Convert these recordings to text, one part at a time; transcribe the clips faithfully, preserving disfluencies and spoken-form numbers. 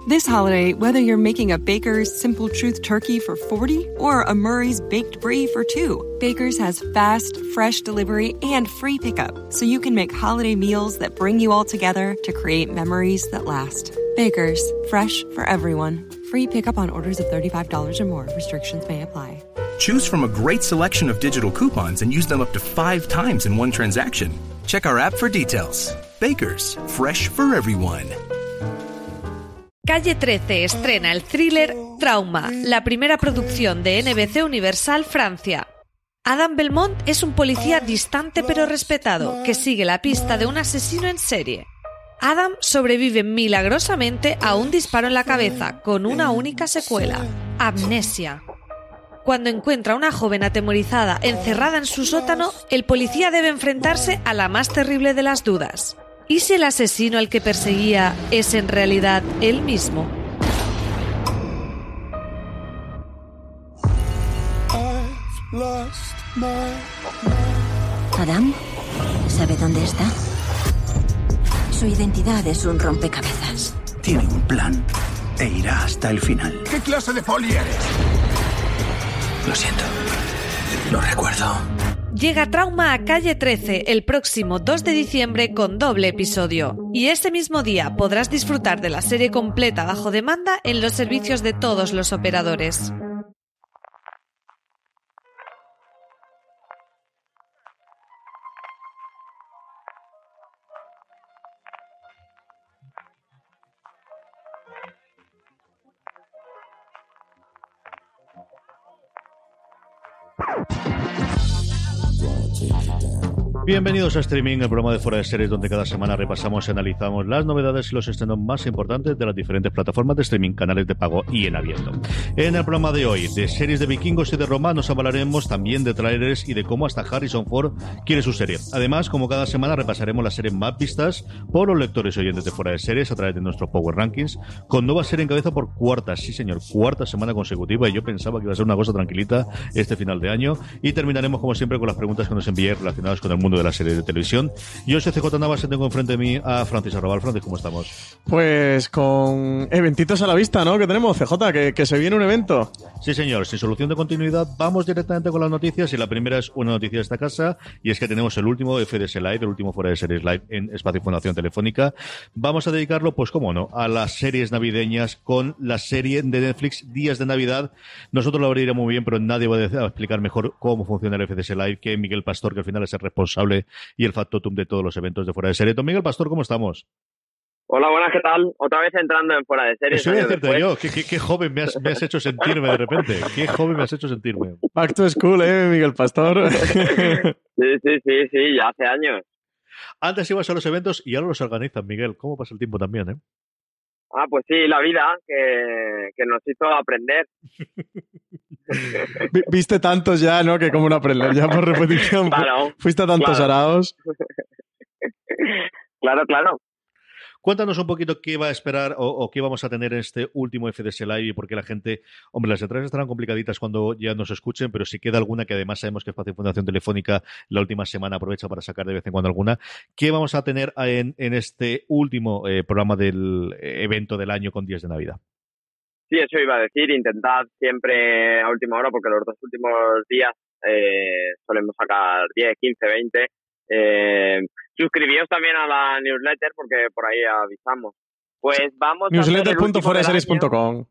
This holiday, whether you're making a Baker's Simple Truth turkey for forty or a Murray's Baked Brie for two, Baker's has fast, fresh delivery and free pickup, so you can make holiday meals that bring you all together to create memories that last. Baker's, fresh for everyone. Free pickup on orders of thirty-five dollars or more. Restrictions may apply. Choose from a great selection of digital coupons and use them up to five times in one transaction. Check our app for details. Baker's, fresh for everyone. Calle trece estrena el thriller Trauma, la primera producción de N B C Universal Francia. Adam Belmont es un policía distante pero respetado, que sigue la pista de un asesino en serie. Adam sobrevive milagrosamente a un disparo en la cabeza, con una única secuela: amnesia. Cuando encuentra a una joven atemorizada encerrada en su sótano, el policía debe enfrentarse a la más terrible de las dudas. ¿Y si el asesino al que perseguía es en realidad él mismo? ¿Adam? ¿Sabe dónde está? Su identidad es un rompecabezas. Tiene un plan e irá hasta el final. ¿Qué clase de poli eres? Lo siento. Lo recuerdo. Llega Trauma a Calle trece el próximo dos de diciembre con doble episodio. Y ese mismo día podrás disfrutar de la serie completa bajo demanda en los servicios de todos los operadores. Bienvenidos a Streaming, el programa de Fuera de Series, donde cada semana repasamos y analizamos las novedades y los estrenos más importantes de las diferentes plataformas de streaming, canales de pago y en abierto. En el programa de hoy, de series de vikingos y de Roma, nos hablaremos también de trailers y de cómo hasta Harrison Ford quiere su serie. Además, como cada semana, repasaremos las series más vistas por los lectores y oyentes de Fuera de Series a través de nuestros Power Rankings, con nueva serie en cabeza por cuarta, sí señor, cuarta semana consecutiva, y yo pensaba que iba a ser una cosa tranquilita este final de año. Y terminaremos, como siempre, con las preguntas que nos enviáis relacionadas con el mundo de las series de televisión. Yo soy C J Navas y tengo enfrente de mí a Francis Arrabal. Francis, ¿cómo estamos? Pues con eventitos a la vista, ¿no? Que tenemos, C J, que, que se viene un evento. Sí, señor, sin solución de continuidad, vamos directamente con las noticias, y la primera es una noticia de esta casa, y es que tenemos el último F D S Live, el último Fuera de Series Live en Espacio Fundación Telefónica. Vamos a dedicarlo, pues cómo no, a las series navideñas con la serie de Netflix Días de Navidad. Nosotros lo abriremos muy bien, pero nadie va a explicar mejor cómo funciona el F D S Live que Miguel Pastor, que al final es el responsable y el factotum de todos los eventos de Fuera de Serie. Don Miguel Pastor, ¿cómo estamos? Hola, buenas, ¿qué tal? Otra vez entrando en Fuera de Series. Eso voy a decirte yo, qué, qué, qué joven me has, me has hecho sentirme de repente. Qué joven me has hecho sentirme. Back to school, ¿eh, Miguel Pastor? Sí, sí, sí, sí, ya hace años. Antes ibas a los eventos y ahora los organizas, Miguel. ¿Cómo pasa el tiempo también, eh? Ah, pues sí, la vida que, que nos hizo aprender. Viste tantos ya, ¿no? Que como no aprender, ya por repetición. Claro. Fuiste a tantos claro. araos. Claro, claro. Cuéntanos un poquito qué va a esperar o, o qué vamos a tener en este último F D S Live, y por qué la gente... Hombre, las entradas estarán complicaditas cuando ya nos escuchen, pero si queda alguna, que además sabemos que Espacio Fundación Telefónica la última semana aprovecha para sacar de vez en cuando alguna. ¿Qué vamos a tener en, en este último eh, programa del eh, evento del año con Días de Navidad? Sí, eso iba a decir. Intentad siempre a última hora, porque los dos últimos días eh, solemos sacar diez, quince, veinte... Eh, suscribíos también a la newsletter, porque por ahí avisamos. Pues vamos newsletter punto fuera de series punto com.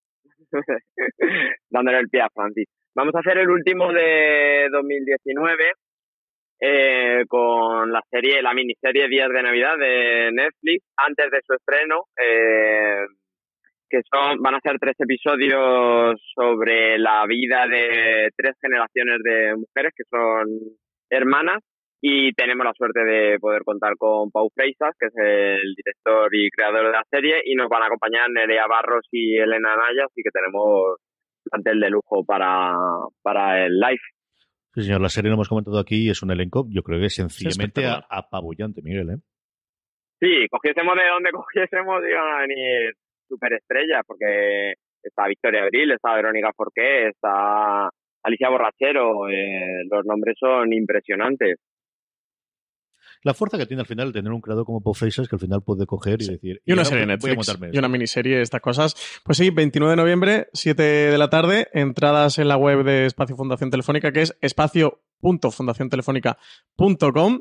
Dándole el pie a Francis. Vamos a hacer el último de dos mil diecinueve eh, con la serie, la miniserie Días de Navidad de Netflix, antes de su estreno, eh, que son van a ser tres episodios sobre la vida de tres generaciones de mujeres que son hermanas. Y tenemos la suerte de poder contar con Pau Freisas, que es el director y creador de la serie, y nos van a acompañar Nerea Barros y Elena Anaya, así que tenemos plantel de lujo para, para el live. Sí, señor, la serie lo hemos comentado aquí y es un elenco, yo creo que es sencillamente es apabullante, Miguel, ¿eh? Sí, cogiésemos de donde cogiésemos, iban a venir superestrellas, porque está Victoria Abril, está Verónica Forqué, está Alicia Borrachero, eh, los nombres son impresionantes. La fuerza que tiene al final tener un creador como Bob Faces que al final puede coger y sí. decir... Y una serie de Netflix, y una miniserie, estas cosas. Pues sí, veintinueve de noviembre, siete de la tarde, entradas en la web de Espacio Fundación Telefónica, que es espacio punto fundación telefónica punto com,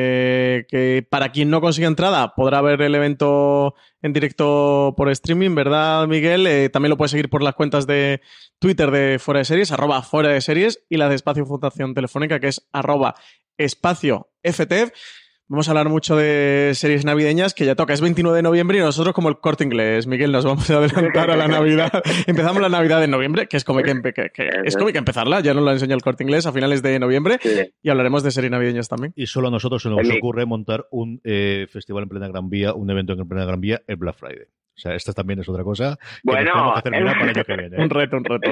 eh, que para quien no consiga entrada podrá ver el evento en directo por streaming, ¿verdad, Miguel? Eh, también lo puedes seguir por las cuentas de Twitter de Fuera de Series, arroba Fuera de Series, y la de Espacio Fundación Telefónica, que es arroba espacio F T F. Vamos a hablar mucho de series navideñas, que ya toca, es veintinueve de noviembre y nosotros como el Corte Inglés, Miguel, nos vamos a adelantar a la Navidad. Empezamos la Navidad en noviembre, que es cómica que, que, que es cómica empezarla, ya nos lo enseña el Corte Inglés a finales de noviembre, sí. Y hablaremos de series navideñas también. Y solo a nosotros se nos sí. ocurre montar un eh, festival en plena Gran Vía, un evento en plena Gran Vía, el Black Friday. O sea, esta también es otra cosa que bueno, tenemos que hacer el... para el año que viene. ¿eh? Un reto, un reto.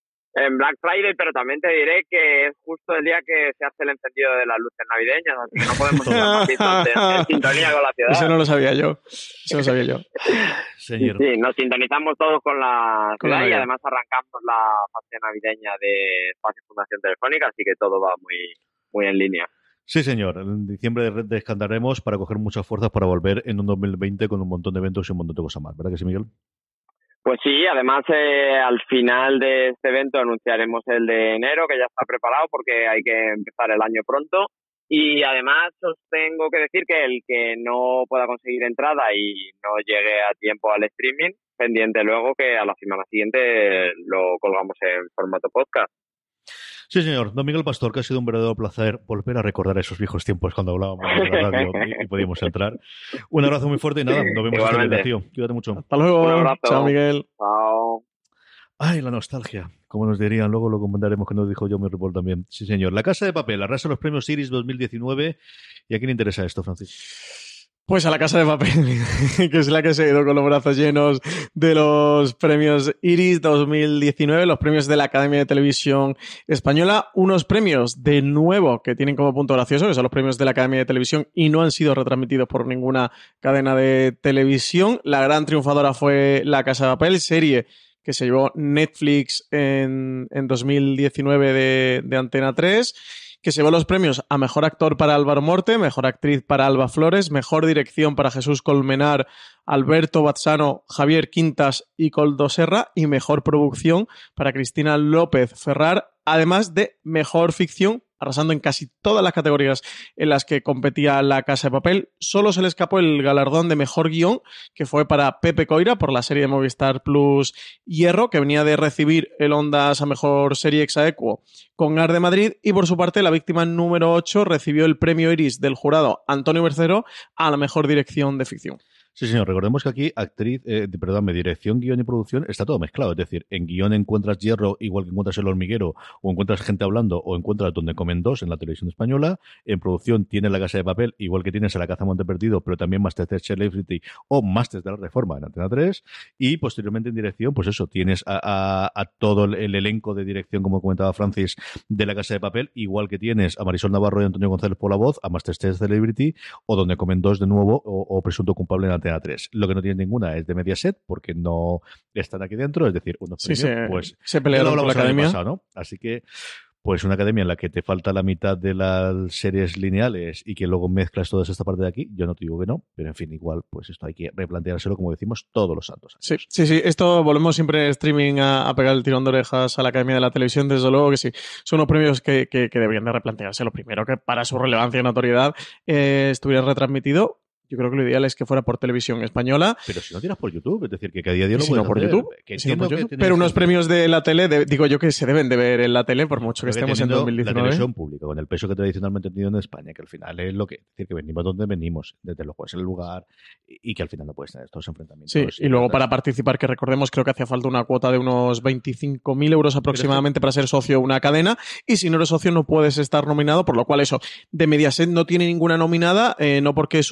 En Black Friday, pero también te diré que es justo el día que se hace el encendido de las luces navideñas, así que no podemos estar más en sintonía con la ciudad. Eso no lo sabía yo, eso lo sabía yo. Señor. Sí, nos sintonizamos todos con la con ciudad la y además arrancamos la fase navideña de Espacio Fundación Telefónica, así que todo va muy, muy en línea. Sí, señor. En diciembre descansaremos para coger muchas fuerzas para volver en un dos mil veinte con un montón de eventos y un montón de cosas más, ¿verdad que sí, Miguel? Pues sí, además eh, al final de este evento anunciaremos el de enero, que ya está preparado porque hay que empezar el año pronto. Y además os tengo que decir que el que no pueda conseguir entrada y no llegue a tiempo al streaming, pendiente luego que a la semana siguiente lo colgamos en formato podcast. Sí, señor. Don Miguel Pastor, que ha sido un verdadero placer volver a recordar esos viejos tiempos cuando hablábamos de la radio y, y podíamos entrar. Un abrazo muy fuerte y nada, nos vemos en el tío. Cuídate mucho. Hasta luego. Un abrazo. Chao, Miguel. Chao. Ay, la nostalgia. Como nos dirían, luego lo comentaremos que nos dijo Jaume Ripoll también. Sí, señor. La Casa de Papel arrasa los premios Iris dos mil diecinueve. ¿Y a quién le interesa esto, Francis? Pues a La Casa de Papel, que es la que se ha ido con los brazos llenos de los premios Iris dos mil diecinueve, los premios de la Academia de Televisión Española, unos premios de nuevo que tienen como punto gracioso, que son los premios de la Academia de Televisión y no han sido retransmitidos por ninguna cadena de televisión. La gran triunfadora fue La Casa de Papel, serie que se llevó Netflix en, en dos mil diecinueve de, de Antena tres, que se llevó los premios a Mejor Actor para Álvaro Morte, Mejor Actriz para Alba Flores, Mejor Dirección para Jesús Colmenar, Alberto Bazzano, Javier Quintas y Coldo Serra, y Mejor Producción para Cristina López Ferrar, además de Mejor Ficción, arrasando en casi todas las categorías en las que competía La Casa de Papel. Solo se le escapó el galardón de Mejor Guión, que fue para Pepe Coira por la serie de Movistar Plus Hierro, que venía de recibir el Ondas a Mejor Serie Exaequo con Ar de Madrid, y por su parte La Víctima número ocho recibió el premio Iris del jurado Antonio Bercero a la Mejor Dirección de Ficción. Sí, señor. Recordemos que aquí actriz, eh, perdón, dirección, guión y producción está todo mezclado. Es decir, en guión encuentras Hierro igual que encuentras El Hormiguero, o encuentras Gente Hablando, o encuentras Donde Comen Dos en la televisión española. En producción tienes La Casa de Papel, igual que tienes a La Caza Monte Perdido, pero también Masterchef Celebrity o Masters de la Reforma en Antena tres. Y posteriormente en dirección, pues eso, tienes a, a, a todo el, el elenco de dirección, como comentaba Francis, de La Casa de Papel, igual que tienes a Marisol Navarro y Antonio González por la voz, a Masterchef Celebrity, o Donde Comen Dos de nuevo, o, o Presunto Culpable en Antena tres. Lo que no tiene ninguna es de Mediaset, porque no están aquí dentro, es decir, unos premios, sí, se, pues se pelearon por la academia. Pasado, ¿no? Así que, pues una academia en la que te falta la mitad de las series lineales y que luego mezclas toda esta parte de aquí, yo no te digo que no, pero en fin, igual, pues esto hay que replanteárselo, como decimos, todos los santos años. Sí, sí, sí, esto volvemos siempre en streaming a, a pegar el tirón de orejas a la Academia de la Televisión, desde luego que sí, son unos premios que, que, que deberían de replantearse. Lo primero, que para su relevancia y notoriedad eh, estuviera retransmitido. Yo creo que lo ideal es que fuera por televisión española. Pero si no tiras por YouTube, es decir, que cada día lo si puedes no por hacer. YouTube, que si no por YouTube. Que pero unos premios de la tele, de, digo yo que se deben de ver en la tele, por mucho que estemos en dos mil diecinueve. La televisión pública, con el peso que tradicionalmente ha tenido en España, que al final es lo que... Es decir, que venimos donde venimos, desde los jueces, el lugar, y, y que al final no puedes tener estos enfrentamientos. Sí, y, y luego para participar, que recordemos, creo que hacía falta una cuota de unos veinticinco mil euros aproximadamente para ser socio de una cadena, y si no eres socio no puedes estar nominado, por lo cual eso, de Mediaset no tiene ninguna nominada, eh, no porque sus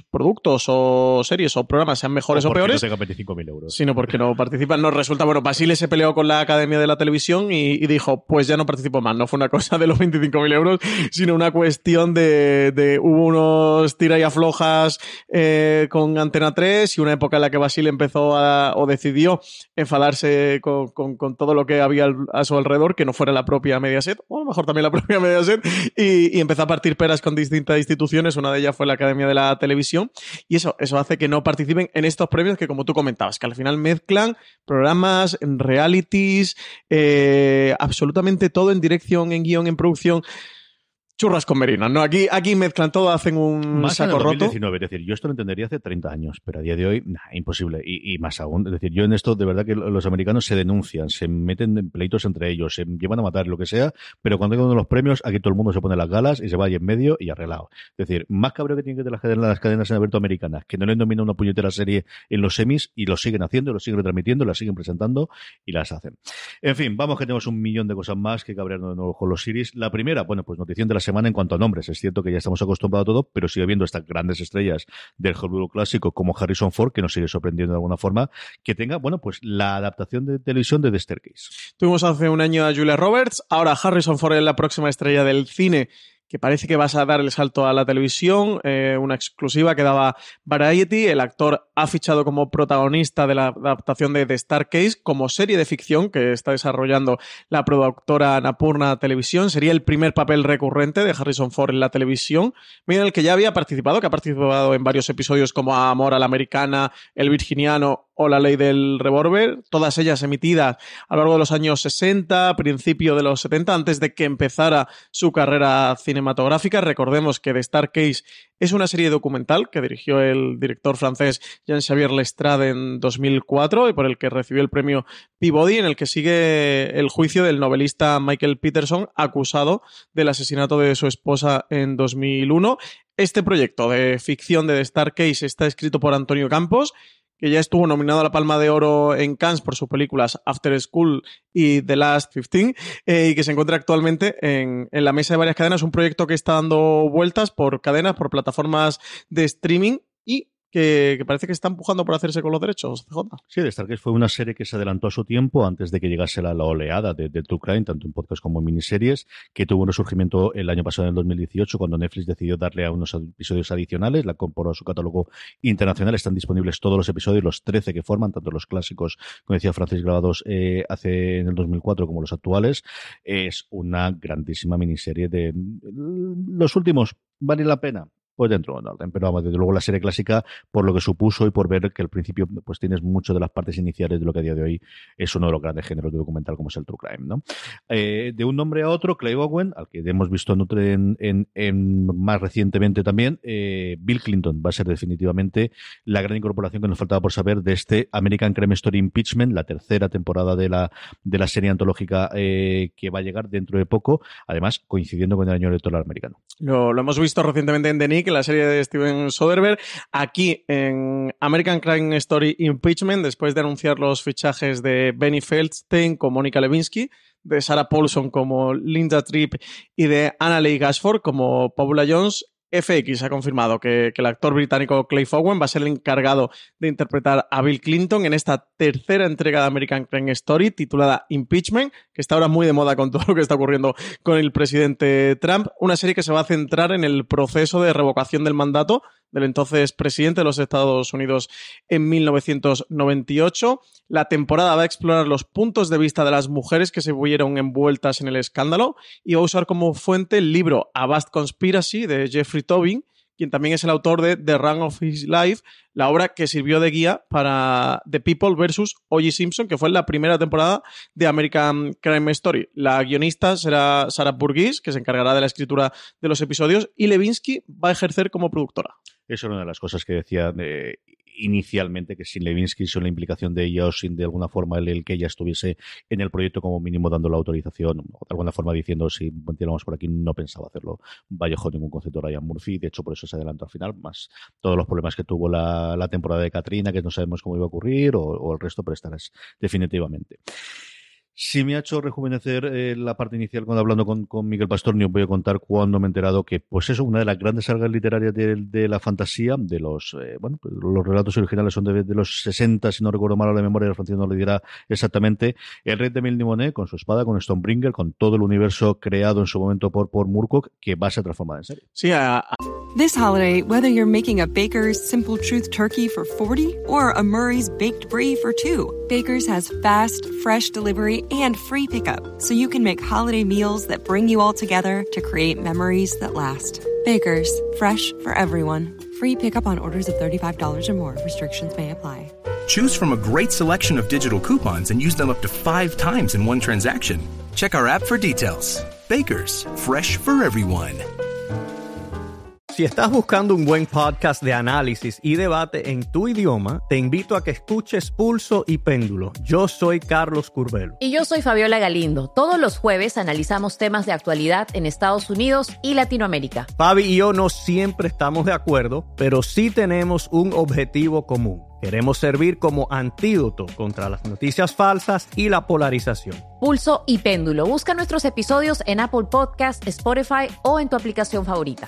sus productos o series o programas sean mejores o, o peores, no tenga veinticinco mil euros. Sino porque no participan. Nos resulta, bueno, Basile se peleó con la Academia de la Televisión y, y dijo, pues ya no participo más. No fue una cosa de los veinticinco mil euros, sino una cuestión de, de hubo unos tira y aflojas eh, con Antena tres y una época en la que Basile empezó a, o decidió enfadarse con, con, con todo lo que había a su alrededor, que no fuera la propia Mediaset, o a lo mejor también la propia Mediaset, y, y empezó a partir peras con distintas instituciones. Una de ellas fue la Academia de la Televisión, y eso, eso hace que no participen en estos premios que, como tú comentabas, que al final mezclan programas, realities, eh, absolutamente todo en dirección, en guión, en producción. Churras con merinas, ¿no? Aquí, aquí mezclan todo, hacen un más saco en el dos mil roto. diecinueve, es decir, yo esto lo entendería hace treinta años, pero a día de hoy, nah, imposible. Y, y más aún, es decir, yo en esto, de verdad que los americanos se denuncian, se meten en pleitos entre ellos, se llevan a matar, lo que sea, pero cuando hay uno de los premios, aquí todo el mundo se pone las galas y se va ahí en medio y arreglado. Es decir, más cabrón que tienen que tener las cadenas, las cadenas en abierto americanas, que no les domina una puñetera serie en los semis y lo siguen haciendo, lo siguen retransmitiendo, las siguen presentando y las hacen. En fin, vamos que tenemos un millón de cosas más que cabrearnos de nuevo con los series. La primera, bueno, pues notición de la semana en cuanto a nombres. Es cierto que ya estamos acostumbrados a todo, pero sigue habiendo estas grandes estrellas del Hollywood clásico como Harrison Ford, que nos sigue sorprendiendo de alguna forma, que tenga, bueno, pues la adaptación de televisión de The Staircase. Tuvimos hace un año a Julia Roberts, ahora Harrison Ford es la próxima estrella del cine, que parece que vas a dar el salto a la televisión, eh, una exclusiva que daba Variety. El actor ha fichado como protagonista de la adaptación de The Staircase como serie de ficción que está desarrollando la productora Annapurna Televisión. Sería el primer papel recurrente de Harrison Ford en la televisión, en el que ya había participado, que ha participado en varios episodios como Amor a la Americana, El Virginiano o La Ley del Revólver, todas ellas emitidas a lo largo de los años sesenta, principio de los setenta, antes de que empezara su carrera cinematográfica. Recordemos que The Staircase es una serie documental que dirigió el director francés Jean-Xavier Lestrade en dos mil cuatro y por el que recibió el premio Peabody, en el que sigue el juicio del novelista Michael Peterson, acusado del asesinato de su esposa en dos mil uno. Este proyecto de ficción de The Staircase está escrito por Antonio Campos, que ya estuvo nominado a la Palma de Oro en Cannes por sus películas After School y The Last quince, eh, y que se encuentra actualmente en, en la mesa de varias cadenas. Un proyecto que está dando vueltas por cadenas, por plataformas de streaming y que, que parece que está empujando por hacerse con los derechos, C J. Sí, The Staircase fue una serie que se adelantó a su tiempo antes de que llegase la, la oleada de, de True Crime, tanto en podcast como en miniseries, que tuvo un resurgimiento el año pasado, en el dos mil dieciocho, cuando Netflix decidió darle a unos episodios adicionales, la incorporó a su catálogo internacional. Están disponibles todos los episodios, los trece que forman, tanto los clásicos, como decía Francis, grabados eh, hace en el dos mil cuatro, como los actuales. Es una grandísima miniserie de los últimos, ¿vale la pena? Pues dentro de orden, pero vamos, desde luego la serie clásica, por lo que supuso y por ver que al principio pues tienes mucho de las partes iniciales de lo que a día de hoy es uno de los grandes géneros de documental como es el True Crime, ¿no? Eh, de un nombre a otro, Clay Owen, al que hemos visto en, en, en más recientemente también, eh, Bill Clinton va a ser definitivamente la gran incorporación que nos faltaba por saber de este American Crime Story Impeachment, la tercera temporada de la, de la serie antológica eh, que va a llegar dentro de poco, además coincidiendo con el año electoral americano. Lo, lo hemos visto recientemente en The Nick, en la serie de Steven Soderbergh, aquí en American Crime Story Impeachment, después de anunciar los fichajes de Benny Feldstein con Mónica Lewinsky, de Sarah Paulson como Linda Tripp y de Anna-Leigh Gashford como Paula Jones. F X ha confirmado que, que el actor británico Clay Owen va a ser el encargado de interpretar a Bill Clinton en esta tercera entrega de American Crime Story titulada Impeachment, que está ahora muy de moda con todo lo que está ocurriendo con el presidente Trump. Una serie que se va a centrar en el proceso de revocación del mandato del entonces presidente de los Estados Unidos en mil novecientos noventa y ocho. La temporada va a explorar los puntos de vista de las mujeres que se vieron envueltas en el escándalo y va a usar como fuente el libro A Vast Conspiracy de Jeffrey Tobin, quien también es el autor de The Run of His Life, la obra que sirvió de guía para The People versus O J Simpson, que fue la primera temporada de American Crime Story. La guionista será Sarah Burgess, que se encargará de la escritura de los episodios, y Lewinsky va a ejercer como productora. Eso era una de las cosas que decía de, inicialmente, que sin Lewinsky, sin la implicación de ella o sin de alguna forma el, el que ella estuviese en el proyecto como mínimo dando la autorización, o de alguna forma diciendo si continuamos por aquí, no pensaba hacerlo bajo ningún concepto Ryan Murphy. De hecho, por eso se adelantó al final, más todos los problemas que tuvo la, la temporada de Katrina, que no sabemos cómo iba a ocurrir, o, o el resto, pero estarás definitivamente. Si me ha hecho rejuvenecer eh, la parte inicial cuando hablando con, con Miguel Pastor, ni os voy a contar cuándo me he enterado que, pues eso, una de las grandes sagas literarias de, de la fantasía, de los, eh, bueno, pues los relatos originales son de, de los sesenta, si no recuerdo mal a la memoria, de Francisco no le dirá exactamente, el Rey de Melniboné con su espada, con Stonebringer, con todo el universo creado en su momento por, por Moorcock, que va a ser transformada en serie. Sí, a, a... This holiday, whether you're making a Baker's Simple Truth turkey for forty or a Murray's Baked Brie for two, Baker's has fast, fresh delivery and free pickup, so you can make holiday meals that bring you all together to create memories that last. Baker's, fresh for everyone. Free pickup on orders of thirty-five dollars or more. Restrictions may apply. Choose from a great selection of digital coupons and use them up to five times in one transaction. Check our app for details. Baker's, fresh for everyone. Si estás buscando un buen podcast de análisis y debate en tu idioma, te invito a que escuches Pulso y Péndulo. Yo soy Carlos Curbelo. Y yo soy Fabiola Galindo. Todos los jueves analizamos temas de actualidad en Estados Unidos y Latinoamérica. Fabi y yo no siempre estamos de acuerdo, pero sí tenemos un objetivo común. Queremos servir como antídoto contra las noticias falsas y la polarización. Pulso y Péndulo. Busca nuestros episodios en Apple Podcasts, Spotify o en tu aplicación favorita.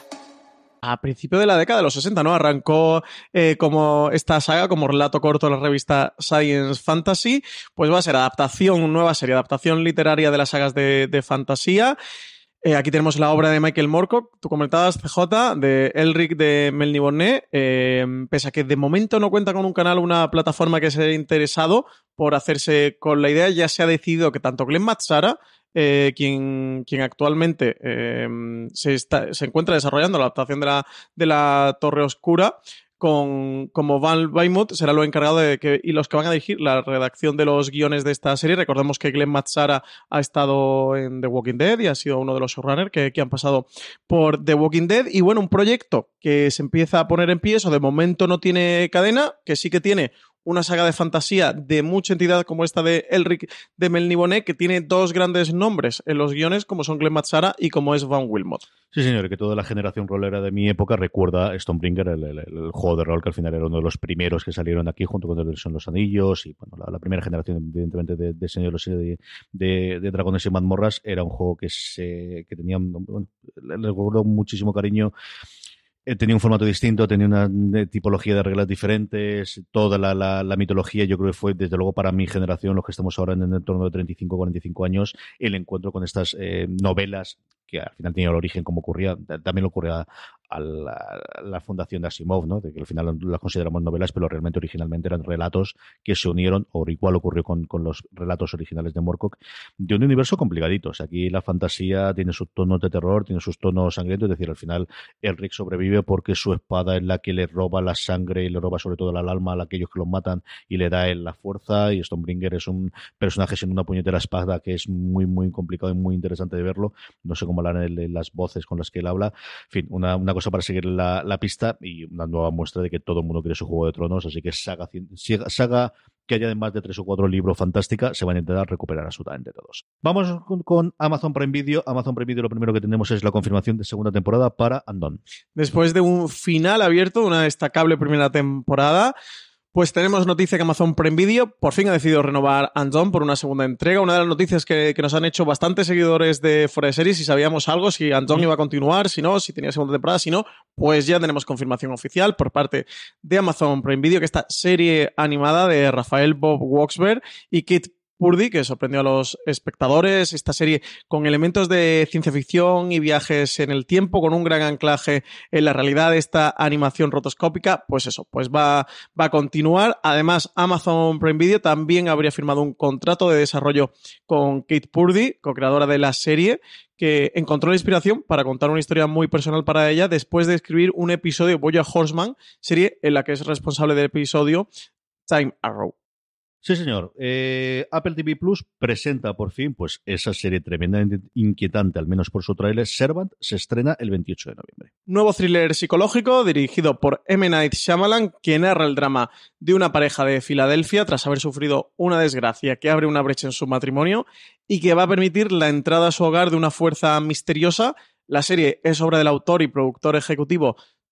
A principios de la década de los sesenta, ¿no? Arrancó eh, como esta saga, como relato corto de la revista Science Fantasy. Pues va a ser adaptación, nueva serie, adaptación literaria de las sagas de, de fantasía. Eh, aquí tenemos la obra de Michael Moorcock, tú comentabas, C J, de Elric de Melniboné. Eh, pese a que de momento no cuenta con un canal, una plataforma que se haya interesado por hacerse con la idea, ya se ha decidido que tanto Glenn Matsara, Eh, quien, quien actualmente eh, se, está, se encuentra desarrollando la adaptación de la, de la Torre Oscura, con, como Val Weymouth será lo encargado de que, y los que van a dirigir la redacción de los guiones de esta serie. Recordemos que Glenn Matsara ha estado en The Walking Dead y ha sido uno de los showrunners que, que han pasado por The Walking Dead. Y bueno, un proyecto que se empieza a poner en pie, eso de momento no tiene cadena, que sí que tiene una saga de fantasía de mucha entidad como esta de Elric de Melniboné, que tiene dos grandes nombres en los guiones, como son Glenn Matsara y como es Van Wilmot. Sí, señor, que toda la generación rolera de mi época recuerda a Stonebringer, el, el, el juego de rol que al final era uno de los primeros que salieron aquí, junto con el de Son los Anillos, y bueno, la, la primera generación, evidentemente, de, de Señores de, de, de Dragones y Mazmorras. Era un juego que, se, que tenía, bueno, le recuerdo muchísimo cariño. Tenía un formato distinto, tenía una tipología de reglas diferentes, toda la, la, la mitología. Yo creo que fue, desde luego, para mi generación, los que estamos ahora en el entorno de treinta y cinco a cuarenta y cinco años, el encuentro con estas eh, novelas que al final tenían el origen como ocurría, también lo ocurría a la, a la fundación de Asimov, ¿no? De que al final las consideramos novelas, pero realmente originalmente eran relatos que se unieron, o igual ocurrió con, con los relatos originales de Moorcock, de un universo complicadito. O sea, aquí la fantasía tiene sus tonos de terror, tiene sus tonos sangrientos, es decir, al final Elric sobrevive porque su espada es la que le roba la sangre y le roba sobre todo el alma a aquellos que los matan y le da él la fuerza, y Stonebringer es un personaje sin una puñetera espada que es muy, muy complicado y muy interesante de verlo. No sé cómo hablan las voces con las que él habla. En fin, una, una cosa para seguir la, la pista y una nueva muestra de que todo el mundo quiere su Juego de Tronos, así que saga, saga que haya de más de tres o cuatro libros fantástica, se van a intentar recuperar absolutamente todos. Vamos con, con Amazon Prime Video. Amazon Prime Video, lo primero que tenemos es la confirmación de segunda temporada para Undone. Después de un final abierto, una destacable primera temporada, pues tenemos noticia que Amazon Prime Video por fin ha decidido renovar Undone por una segunda entrega. Una de las noticias que, que nos han hecho bastantes seguidores de Fuera de Series, si sabíamos algo, si Undone iba a continuar, si no, si tenía segunda temporada, si no, pues ya tenemos confirmación oficial por parte de Amazon Prime Video que esta serie animada de Rafael Bob Waksberg y Kit Purdy, que sorprendió a los espectadores, esta serie con elementos de ciencia ficción y viajes en el tiempo, con un gran anclaje en la realidad, esta animación rotoscópica, pues eso, pues va, va a continuar. Además, Amazon Prime Video también habría firmado un contrato de desarrollo con Kate Purdy, co-creadora de la serie, que encontró la inspiración para contar una historia muy personal para ella después de escribir un episodio de BoJack Horseman, serie en la que es responsable del episodio Time Arrow. Sí, señor. Eh, Apple T V Plus presenta por fin pues esa serie tremendamente inquietante, al menos por su tráiler. Servant se estrena el veintiocho de noviembre. Nuevo thriller psicológico dirigido por M. Night Shyamalan, que narra el drama de una pareja de Filadelfia tras haber sufrido una desgracia que abre una brecha en su matrimonio y que va a permitir la entrada a su hogar de una fuerza misteriosa. La serie es obra del autor y productor ejecutivo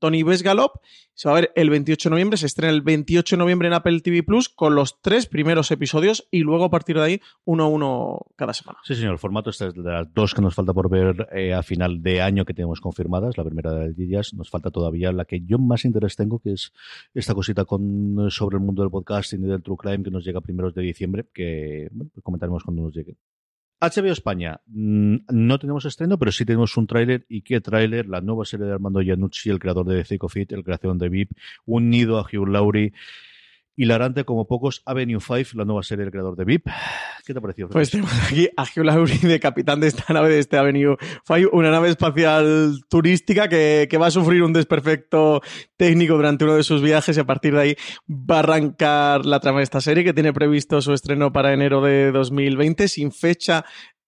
Tony Vesgalop. Se va a ver el veintiocho de noviembre, se estrena el veintiocho de noviembre en Apple T V Plus con los tres primeros episodios y luego a partir de ahí uno a uno cada semana. Sí, señor, el formato este es de las dos que nos falta por ver eh, a final de año que tenemos confirmadas. La primera de ellas nos falta todavía la que yo más interés tengo, que es esta cosita con sobre el mundo del podcasting y del true crime que nos llega a primeros de diciembre, que bueno, comentaremos cuando nos llegue. H B O España, no tenemos estreno, pero sí tenemos un tráiler. ¿Y qué tráiler? La nueva serie de Armando Iannucci, el creador de The Thick of It, el creación de V I P, unido a Hugh Laurie. Hilarante como pocos, Avenue cinco, la nueva serie del creador de V I P. ¿Qué te ha parecido? Pues tenemos aquí a Hugh Laurie de capitán de esta nave, de este Avenue cinco, una nave espacial turística que, que va a sufrir un desperfecto técnico durante uno de sus viajes y a partir de ahí va a arrancar la trama de esta serie, que tiene previsto su estreno para enero de dos mil veinte, sin fecha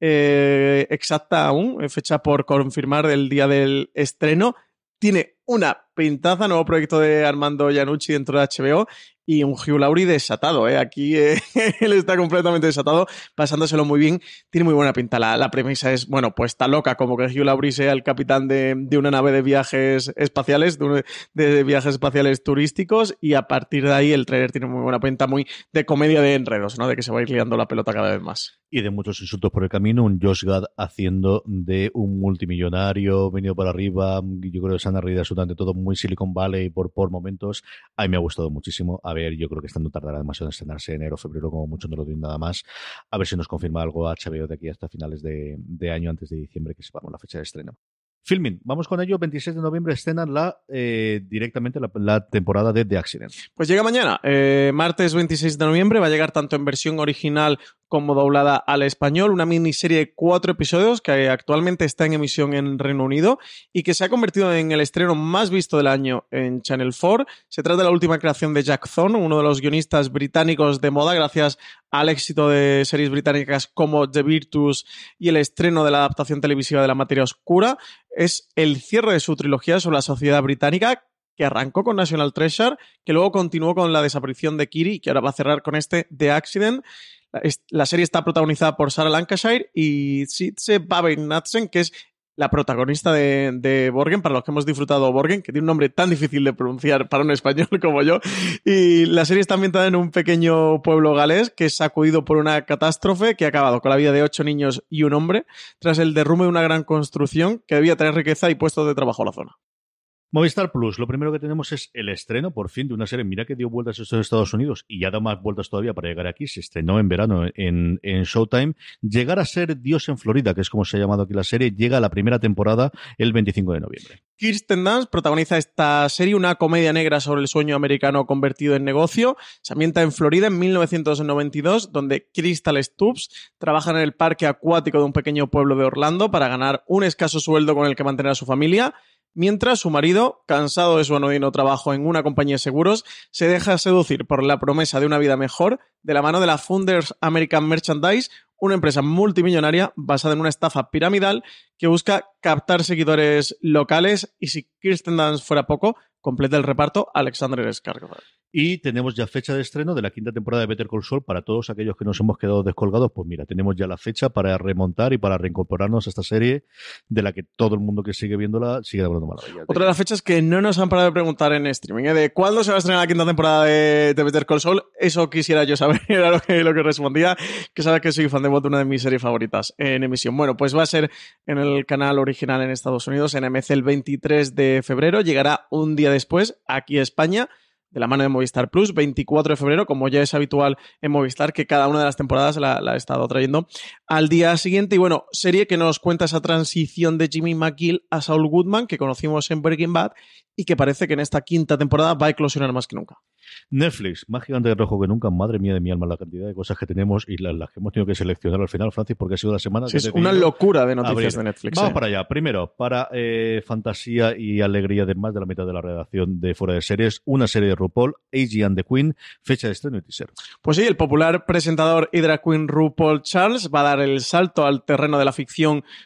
eh, exacta aún, fecha por confirmar del día del estreno. Tiene una pintaza, nuevo proyecto de Armando Iannucci dentro de H B O y un Hugh Laurie desatado, ¿eh? Aquí eh, él está completamente desatado, pasándoselo muy bien. Tiene muy buena pinta. La, la premisa es, bueno, pues está loca como que Hugh Laurie sea el capitán de, de una nave de viajes espaciales, de, un, de viajes espaciales turísticos, y a partir de ahí el trailer tiene muy buena pinta, muy de comedia de enredos, ¿no? De que se va a ir liando la pelota cada vez más. Y de muchos insultos por el camino, un Josh Gad haciendo de un multimillonario, venido para arriba. Yo creo que se han reído absolutamente todo, muy Silicon Valley por, por momentos. A mí me ha gustado muchísimo. A ver, yo creo que esta no tardará demasiado en estrenarse, enero, febrero, como mucho, no lo digo nada más. A ver si nos confirma algo H B O de aquí hasta finales de, de año, antes de diciembre, que sepamos la fecha de estreno. Filming, vamos con ello. veintiséis de noviembre estrenan la, eh, directamente la, la temporada de The Accident. Pues llega mañana, eh, martes veintiséis de noviembre, va a llegar tanto en versión original como doblada al español, una miniserie de cuatro episodios que actualmente está en emisión en Reino Unido y que se ha convertido en el estreno más visto del año en Channel cuatro. Se trata de la última creación de Jack Thorne, uno de los guionistas británicos de moda, gracias al éxito de series británicas como The Virtues y el estreno de la adaptación televisiva de La Materia Oscura. Es el cierre de su trilogía sobre la sociedad británica, que arrancó con National Treasure, que luego continuó con La desaparición de Kiri y que ahora va a cerrar con este The Accident. La serie está protagonizada por Sarah Lancashire y Sitze Babin-Knudsen, que es la protagonista de, de Borgen, para los que hemos disfrutado Borgen, que tiene un nombre tan difícil de pronunciar para un español como yo. Y la serie está ambientada en un pequeño pueblo galés que es sacudido por una catástrofe que ha acabado con la vida de ocho niños y un hombre tras el derrumbe de una gran construcción que debía traer riqueza y puestos de trabajo a la zona. Movistar Plus, lo primero que tenemos es el estreno, por fin, de una serie. Mira que dio vueltas a Estados Unidos y ya da más vueltas todavía para llegar aquí. Se estrenó en verano en, en Showtime. Llegar a ser Dios en Florida, que es como se ha llamado aquí la serie, llega a la primera temporada el veinticinco de noviembre. Kirsten Dunst protagoniza esta serie, una comedia negra sobre el sueño americano convertido en negocio. Se ambienta en Florida en mil novecientos noventa y dos, donde Crystal Stubbs trabaja en el parque acuático de un pequeño pueblo de Orlando para ganar un escaso sueldo con el que mantener a su familia. Mientras su marido, cansado de su anodino trabajo en una compañía de seguros, se deja seducir por la promesa de una vida mejor de la mano de la Founders American Merchandise, una empresa multimillonaria basada en una estafa piramidal que busca captar seguidores locales. Y si Kirsten Dunst fuera poco, completa el reparto Alexander Skarsgård. Y tenemos ya fecha de estreno de la quinta temporada de Better Call Saul. Para todos aquellos que nos hemos quedado descolgados, pues mira, tenemos ya la fecha para remontar y para reincorporarnos a esta serie de la que todo el mundo que sigue viéndola sigue de acuerdo maravilla. Otra de las fechas que no nos han parado de preguntar en streaming, ¿eh? De cuándo se va a estrenar la quinta temporada de, de Better Call Saul. Eso quisiera yo saber, era lo que, lo que respondía, que sabes que soy fan de una de mis series favoritas en emisión. Bueno, pues va a ser en el canal original en Estados Unidos, en A M C, el veintitrés de febrero. Llegará un día después aquí a España, de la mano de Movistar Plus, veinticuatro de febrero, como ya es habitual en Movistar, que cada una de las temporadas la, la he estado trayendo al día siguiente. Y bueno, serie que nos cuenta esa transición de Jimmy McGill a Saul Goodman, que conocimos en Breaking Bad, y que parece que en esta quinta temporada va a eclosionar más que nunca. Netflix, más gigante de rojo que nunca. Madre mía de mi alma, la cantidad de cosas que tenemos y las, las que hemos tenido que seleccionar al final, Francis, porque ha sido la semana. Sí, es una locura de noticias abrir. de Netflix. Vamos eh. para allá. Primero, para eh, fantasía y alegría de más de la mitad de la redacción de Fuera de Series, una serie de RuPaul, A G and the Queen, fecha de estreno y teaser. Pues sí, el popular presentador y drag queen RuPaul Charles va a dar el salto al terreno de la ficción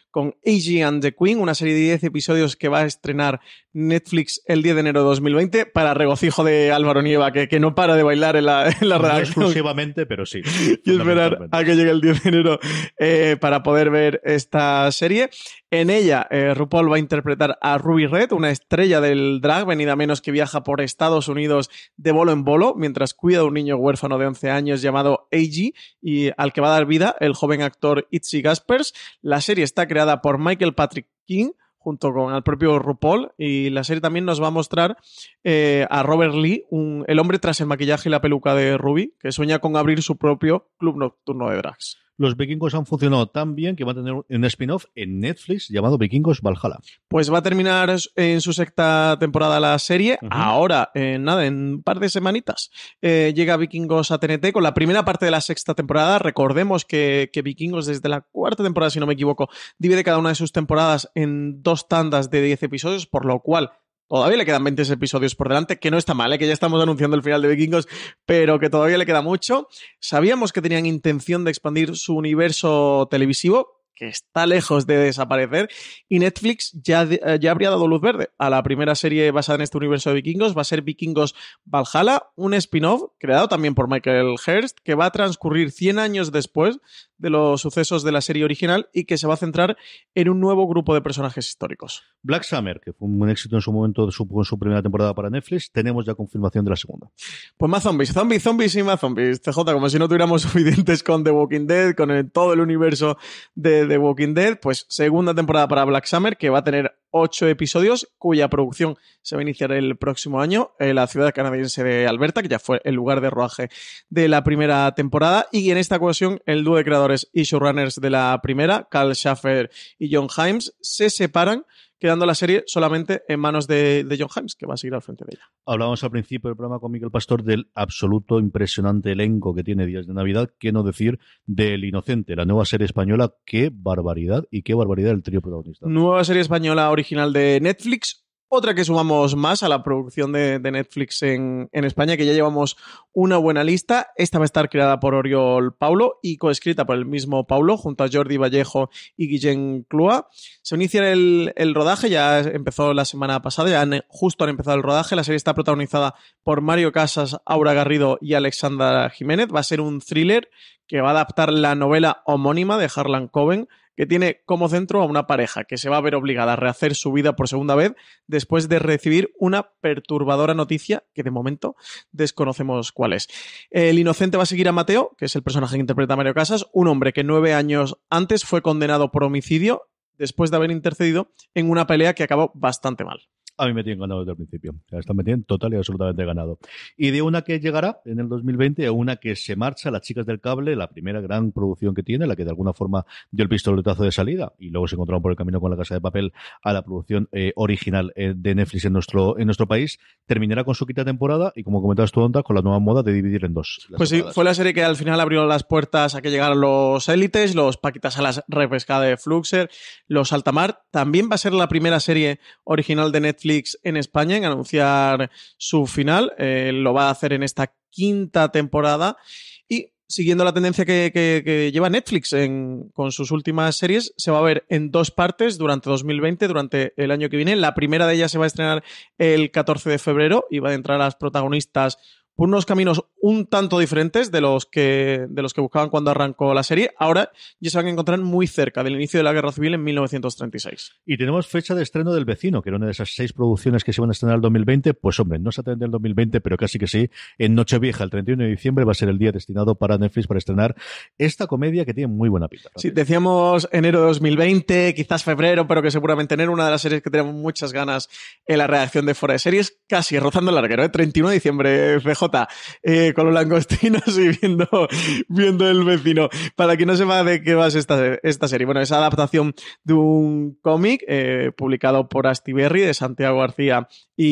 con A G and the Queen, una serie de diez episodios que va a estrenar Netflix el diez de enero de dos mil veinte, para regocijo de Álvaro Nieva, que, que no para de bailar en la, en la no redacción. Exclusivamente, pero sí. Y esperar a que llegue el diez de enero eh, para poder ver esta serie. En ella, eh, RuPaul va a interpretar a Ruby Red, una estrella del drag, venida menos, que viaja por Estados Unidos de bolo en bolo, mientras cuida de un niño huérfano de once años llamado A G, y al que va a dar vida el joven actor Itzy Gaspers. La serie está creada por Michael Patrick King, junto con el propio RuPaul, y la serie también nos va a mostrar eh, a Robert Lee, un, el hombre tras el maquillaje y la peluca de Ruby, que sueña con abrir su propio club nocturno de drags. Los vikingos han funcionado tan bien que va a tener un spin-off en Netflix llamado Vikingos Valhalla. Pues va a terminar en su sexta temporada la serie. Uh-huh. Ahora, eh, nada, en un par de semanitas, eh, llega Vikingos a T N T con la primera parte de la sexta temporada. Recordemos que, que Vikingos, desde la cuarta temporada, si no me equivoco, divide cada una de sus temporadas en dos tandas de diez episodios, por lo cual todavía le quedan veinte episodios por delante, que no está mal, ¿eh? Que ya estamos anunciando el final de Vikingos, pero que todavía le queda mucho. Sabíamos que tenían intención de expandir su universo televisivo, que está lejos de desaparecer, y Netflix ya, ya habría dado luz verde a la primera serie basada en este universo de Vikingos. Va a ser Vikingos Valhalla, un spin-off creado también por Michael Hirst, que va a transcurrir cien años después de los sucesos de la serie original y que se va a centrar en un nuevo grupo de personajes históricos. Black Summer, que fue un buen éxito en su momento, en su primera temporada para Netflix, tenemos ya confirmación de la segunda. Pues más zombies, zombies, zombies y más zombies. C J, como si no tuviéramos suficientes con The Walking Dead, con el, todo el universo de The Walking Dead, pues segunda temporada para Black Summer, que va a tener ocho episodios, cuya producción se va a iniciar el próximo año en la ciudad canadiense de Alberta, que ya fue el lugar de rodaje de la primera temporada, y en esta ocasión el dúo de creadores y showrunners de la primera, Carl Schaffer y John Himes, se separan, quedando la serie solamente en manos de, de John Himes, que va a seguir al frente de ella. Hablábamos al principio del programa con Miguel Pastor del absoluto impresionante elenco que tiene Días de Navidad, qué no decir del Inocente, la nueva serie española. Qué barbaridad y qué barbaridad el trío protagonista. Nueva serie española original de Netflix. Otra que sumamos más a la producción de, de Netflix en, en España, que ya llevamos una buena lista. Esta va a estar creada por Oriol Paulo y coescrita por el mismo Paulo, junto a Jordi Vallejo y Guillem Clua. Se inicia el, el rodaje, ya empezó la semana pasada, ya han, justo han empezado el rodaje. La serie está protagonizada por Mario Casas, Aura Garrido y Alexandra Jiménez. Va a ser un thriller que va a adaptar la novela homónima de Harlan Coben, que tiene como centro a una pareja que se va a ver obligada a rehacer su vida por segunda vez después de recibir una perturbadora noticia que de momento desconocemos cuál es. El Inocente va a seguir a Mateo, que es el personaje que interpreta a Mario Casas, un hombre que nueve años antes fue condenado por homicidio después de haber intercedido en una pelea que acabó bastante mal. A mí me tienen ganado desde el principio. Están metiendo total y absolutamente ganado. Y de una que llegará en el dos mil veinte a una que se marcha, Las Chicas del Cable, la primera gran producción que tiene, la que de alguna forma dio el pistoletazo de salida y luego se encontraron por el camino con La Casa de Papel a la producción eh, original eh, de Netflix en nuestro en nuestro país. Terminará con su quinta temporada y, como comentabas tú, Onda, con la nueva moda de dividir en dos. Pues sí, fue la serie que al final abrió las puertas a que llegaran los élites, los Paquitas Salas repescada de Fluxer, los Altamar. También va a ser la primera serie original de Netflix en España en anunciar su final. Eh, lo va a hacer en esta quinta temporada y, siguiendo la tendencia que, que, que lleva Netflix en, con sus últimas series, se va a ver en dos partes durante dos mil veinte, durante el año que viene. La primera de ellas se va a estrenar el catorce de febrero y va a entrar a las protagonistas por unos caminos un tanto diferentes de los que de los que buscaban cuando arrancó la serie. Ahora ya se van a encontrar muy cerca del inicio de la Guerra Civil en mil novecientos treinta y seis. Y tenemos fecha de estreno del Vecino, que era una de esas seis producciones que se iban a estrenar en el dos mil veinte. Pues hombre, no exactamente en el dos mil veinte, pero casi que sí. En Nochevieja, el treinta y uno de diciembre, va a ser el día destinado para Netflix para estrenar esta comedia que tiene muy buena pinta. Sí, decíamos enero de dos mil veinte, quizás febrero, pero que seguramente enero, una de las series que tenemos muchas ganas en la redacción de Fuera de Series, casi rozando el larguero, ¿eh? treinta y uno de diciembre, C J. Eh, con los langostinos y viendo, viendo El Vecino. Para quien no sepa de qué va esta, esta serie, bueno, es adaptación de un cómic eh, publicado por Astiberri, de Santiago García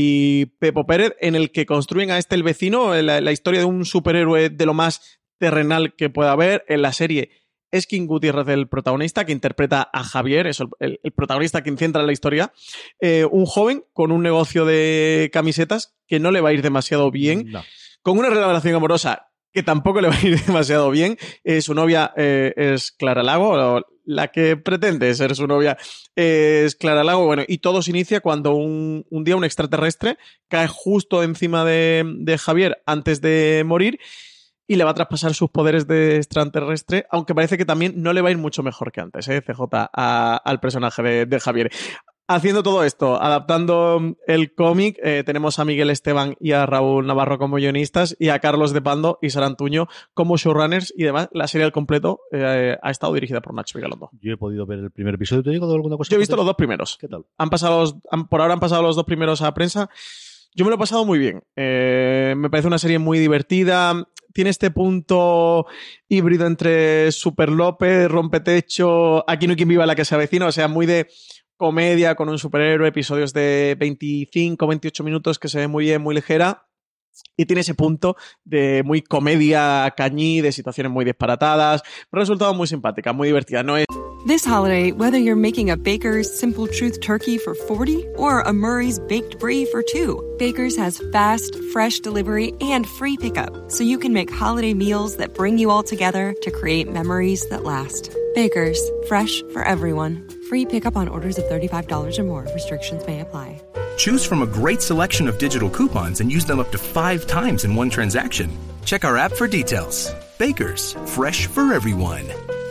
y Pepo Pérez, en el que construyen a este El Vecino, la, la historia de un superhéroe de lo más terrenal que pueda haber. En la serie es King Gutiérrez el protagonista, que interpreta a Javier, es el, el protagonista que centra en la historia. Eh, un joven con un negocio de camisetas que no le va a ir demasiado bien. No. Con una relación amorosa que tampoco le va a ir demasiado bien. Eh, su novia eh, es Clara Lago, la que pretende ser su novia es Clara Lago. Bueno, y todo se inicia cuando un, un día un extraterrestre cae justo encima de, de Javier antes de morir y le va a traspasar sus poderes de extraterrestre, aunque parece que también no le va a ir mucho mejor que antes, ¿eh? C J, a, al personaje de, de Javier. Haciendo todo esto, adaptando el cómic, eh, tenemos a Miguel Esteban y a Raúl Navarro como guionistas y a Carlos de Pando y Sara Antuño como showrunners, y además la serie al completo eh, ha estado dirigida por Nacho Vigalondo. Yo he podido ver el primer episodio. ¿Te digo alguna cosa? Yo he visto los dos primeros. ¿Qué tal? Han pasado los, han, por ahora han pasado los dos primeros a prensa. Yo me lo he pasado muy bien. Eh, me parece una serie muy divertida. Tiene este punto híbrido entre Super López, Rompetecho, Aquí no hay quien viva la que se avecina, o sea, muy de comedia con un superhéroe, episodios de veinticinco, veintiocho minutos que se ve muy bien, muy ligera, y tiene ese punto de muy comedia cañí, de situaciones muy disparatadas. Me ha resultado muy simpática, muy divertida. No es... This holiday, whether you're making a Baker's Simple Truth turkey for forty or a Murray's Baked Brie for two, Baker's has fast, fresh delivery and free pickup, so you can make holiday meals that bring you all together to create memories that last. Baker's, fresh for everyone. Free pickup on orders of thirty-five dollars or more. Restrictions may apply. Choose from a great selection of digital coupons and use them up to five times in one transaction. Check our app for details. Baker's, fresh for everyone.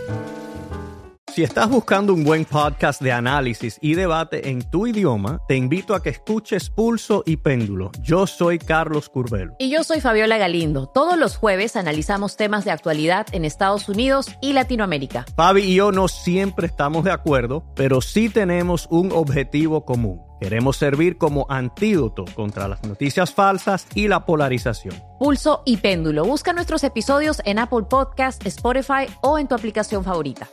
Si estás buscando un buen podcast de análisis y debate en tu idioma, te invito a que escuches Pulso y Péndulo. Yo soy Carlos Curbelo. Y yo soy Fabiola Galindo. Todos los jueves analizamos temas de actualidad en Estados Unidos y Latinoamérica. Fabi y yo no siempre estamos de acuerdo, pero sí tenemos un objetivo común. Queremos servir como antídoto contra las noticias falsas y la polarización. Pulso y Péndulo. Busca nuestros episodios en Apple Podcast, Spotify o en tu aplicación favorita.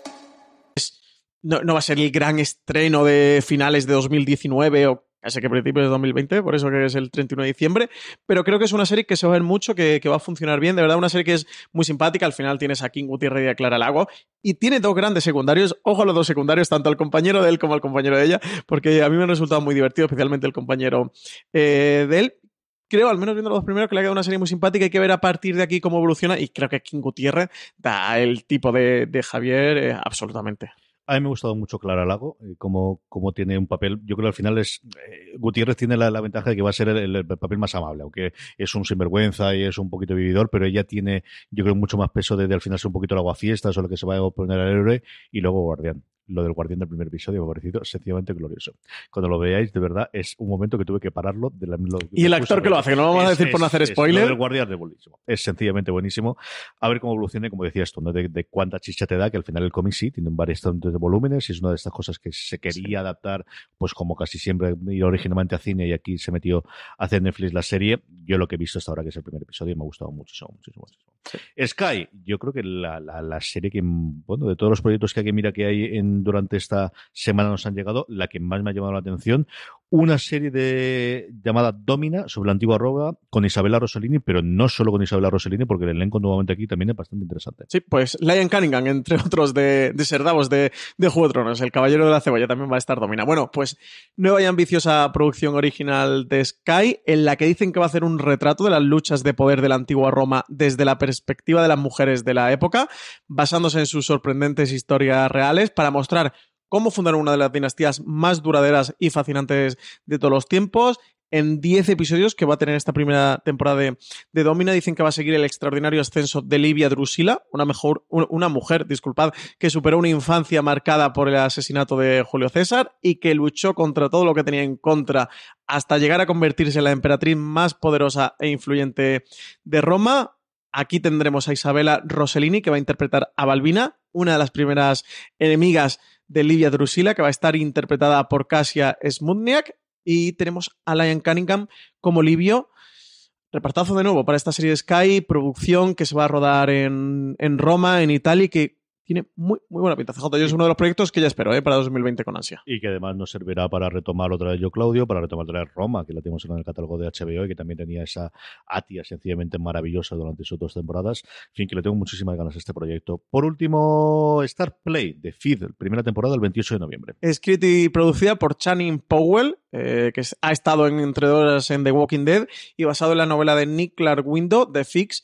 No, no va a ser el gran estreno de finales de dos mil diecinueve o casi que principios de dos mil veinte, por eso que es el treinta y uno de diciembre, pero creo que es una serie que se va a ver mucho, que, que va a funcionar bien, de verdad una serie que es muy simpática. Al final tienes a King Gutiérrez y a Clara Lago, y tiene dos grandes secundarios. Ojo a los dos secundarios, tanto al compañero de él como al compañero de ella, porque a mí me han resultado muy divertido, especialmente el compañero eh, de él. Creo, al menos viendo los dos primeros, que le ha quedado una serie muy simpática. Hay que ver a partir de aquí cómo evoluciona, y creo que King Gutiérrez da el tipo de, de Javier eh, absolutamente. A mí me ha gustado mucho Clara Lago, eh, como, como tiene un papel. Yo creo que al final es eh, Gutiérrez tiene la, la ventaja de que va a ser el, el papel más amable, aunque es un sinvergüenza y es un poquito vividor, pero ella tiene, yo creo, mucho más peso de, de al final ser un poquito el aguafiestas o lo que se va a poner al héroe, y luego Guardián. Lo del Guardián del primer episodio me ha parecido sencillamente glorioso. Cuando lo veáis, de verdad, es un momento que tuve que pararlo. De la, lo, y el actor que lo hace, que no vamos es, a decir es, por no hacer es, spoiler. Lo del Guardián es buenísimo. Es sencillamente buenísimo. A ver cómo evolucione, como decías tú, ¿no? de, de cuánta chicha te da, que al final el cómic sí, tiene varios tantos de volúmenes, y es una de estas cosas que se quería sí. adaptar, pues como casi siempre, ir originalmente a cine, y aquí se metió a hacer Netflix la serie. Yo lo que he visto hasta ahora, que es el primer episodio, me ha gustado muchísimo, muchísimo, muchísimo. Sí. Sky, yo creo que la, la, la serie que, bueno, de todos los proyectos que hay que mira que hay en, durante esta semana nos han llegado, la que más me ha llamado la atención, una serie de llamada Domina sobre la antigua Roma con Isabella Rossellini, pero no solo con Isabella Rossellini, porque el elenco nuevamente aquí también es bastante interesante. Sí, pues Liam Cunningham, entre otros de, de Ser Davos de, de Juego de Tronos, el Caballero de la Cebolla, también va a estar Domina. Bueno, pues nueva y ambiciosa producción original de Sky, en la que dicen que va a hacer un retrato de las luchas de poder de la antigua Roma desde la perspectiva de las mujeres de la época, basándose en sus sorprendentes historias reales, para mostrar cómo fundaron una de las dinastías más duraderas y fascinantes de todos los tiempos. En diez episodios que va a tener esta primera temporada de, de Domina, dicen que va a seguir el extraordinario ascenso de Livia Drusila, una, mejor, una mujer, disculpad, que superó una infancia marcada por el asesinato de Julio César y que luchó contra todo lo que tenía en contra hasta llegar a convertirse en la emperatriz más poderosa e influyente de Roma. Aquí tendremos a Isabella Rossellini, que va a interpretar a Balbina, una de las primeras enemigas de Livia Drusila, que va a estar interpretada por Kasia Smudniak, y tenemos a Liam Cunningham como Livio. Repartazo de nuevo para esta serie de Sky, producción que se va a rodar en, en Roma, en Italia, que tiene muy, muy buena pinta. C J, yo es uno de los proyectos que ya espero ¿eh? para dos mil veinte con ansia. Y que además nos servirá para retomar otra vez Yo Claudio, para retomar otra vez Roma, que la tenemos en el catálogo de H B O y que también tenía esa Atia sencillamente maravillosa durante sus dos temporadas. En fin, que le tengo muchísimas ganas a este proyecto. Por último, Star Play de Feed, primera temporada el veintiocho de noviembre. Escrita y producida por Channing Powell, eh, que ha estado en entre horas en The Walking Dead, y basado en la novela de Nick Clark Window, The Fix.